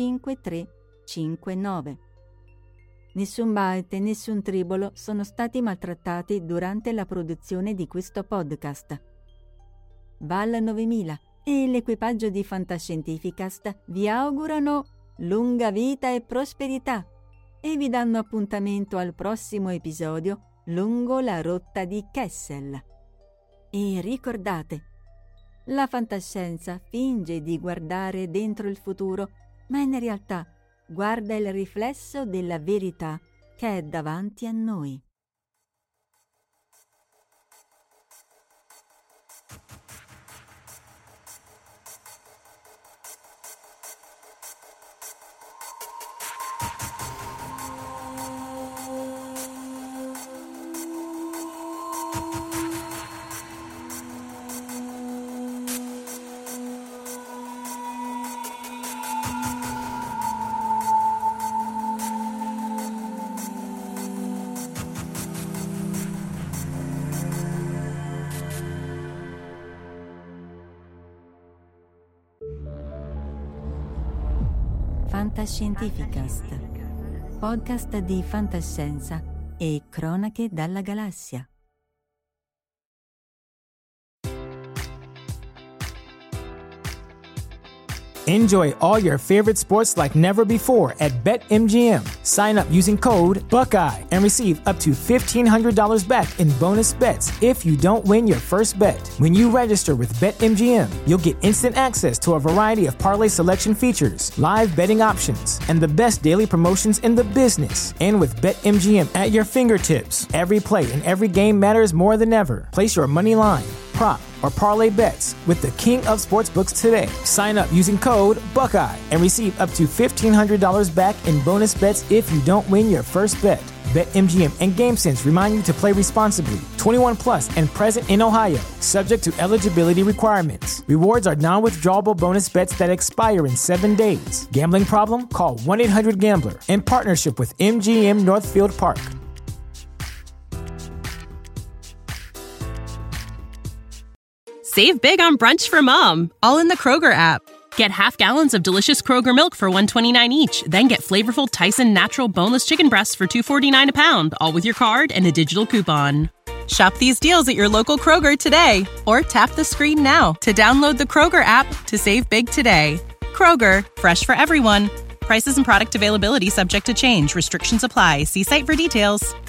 5359. Nessun byte e nessun tribolo sono stati maltrattati durante la produzione di questo podcast. Val 9000 e l'equipaggio di Fantascientificast vi augurano lunga vita e prosperità e vi danno appuntamento al prossimo episodio lungo la rotta di Kessel. E ricordate, la fantascienza finge di guardare dentro il futuro, ma in realtà guarda il riflesso della verità che è davanti a noi. Fantascientificast, podcast di fantascienza e cronache dalla galassia. Enjoy all your favorite sports like never before at BetMGM. Sign up using code Buckeye and receive up to $1,500 back in bonus bets if you don't win your first bet. When you register with BetMGM, you'll get instant access to a variety of parlay selection features, live betting options, and the best daily promotions in the business. And with BetMGM at your fingertips, every play and every game matters more than ever. Place your money line, prop, or parlay bets with the king of sportsbooks today. Sign up using code Buckeye and receive up to $1,500 back in bonus bets if you don't win your first bet. BetMGM and GameSense remind you to play responsibly. 21 plus and present in Ohio, subject to eligibility requirements. Rewards are non-withdrawable bonus bets that expire in 7 days. Gambling problem? Call 1-800-GAMBLER. In partnership with MGM Northfield Park. Save big on brunch for mom, all in the Kroger app. Get half gallons of delicious Kroger milk for $1.29 each. Then get flavorful Tyson natural boneless chicken breasts for $2.49 a pound, all with your card and a digital coupon. Shop these deals at your local Kroger today, or tap the screen now to download the Kroger app to save big today. Kroger, fresh for everyone. Prices and product availability subject to change. Restrictions apply. See site for details.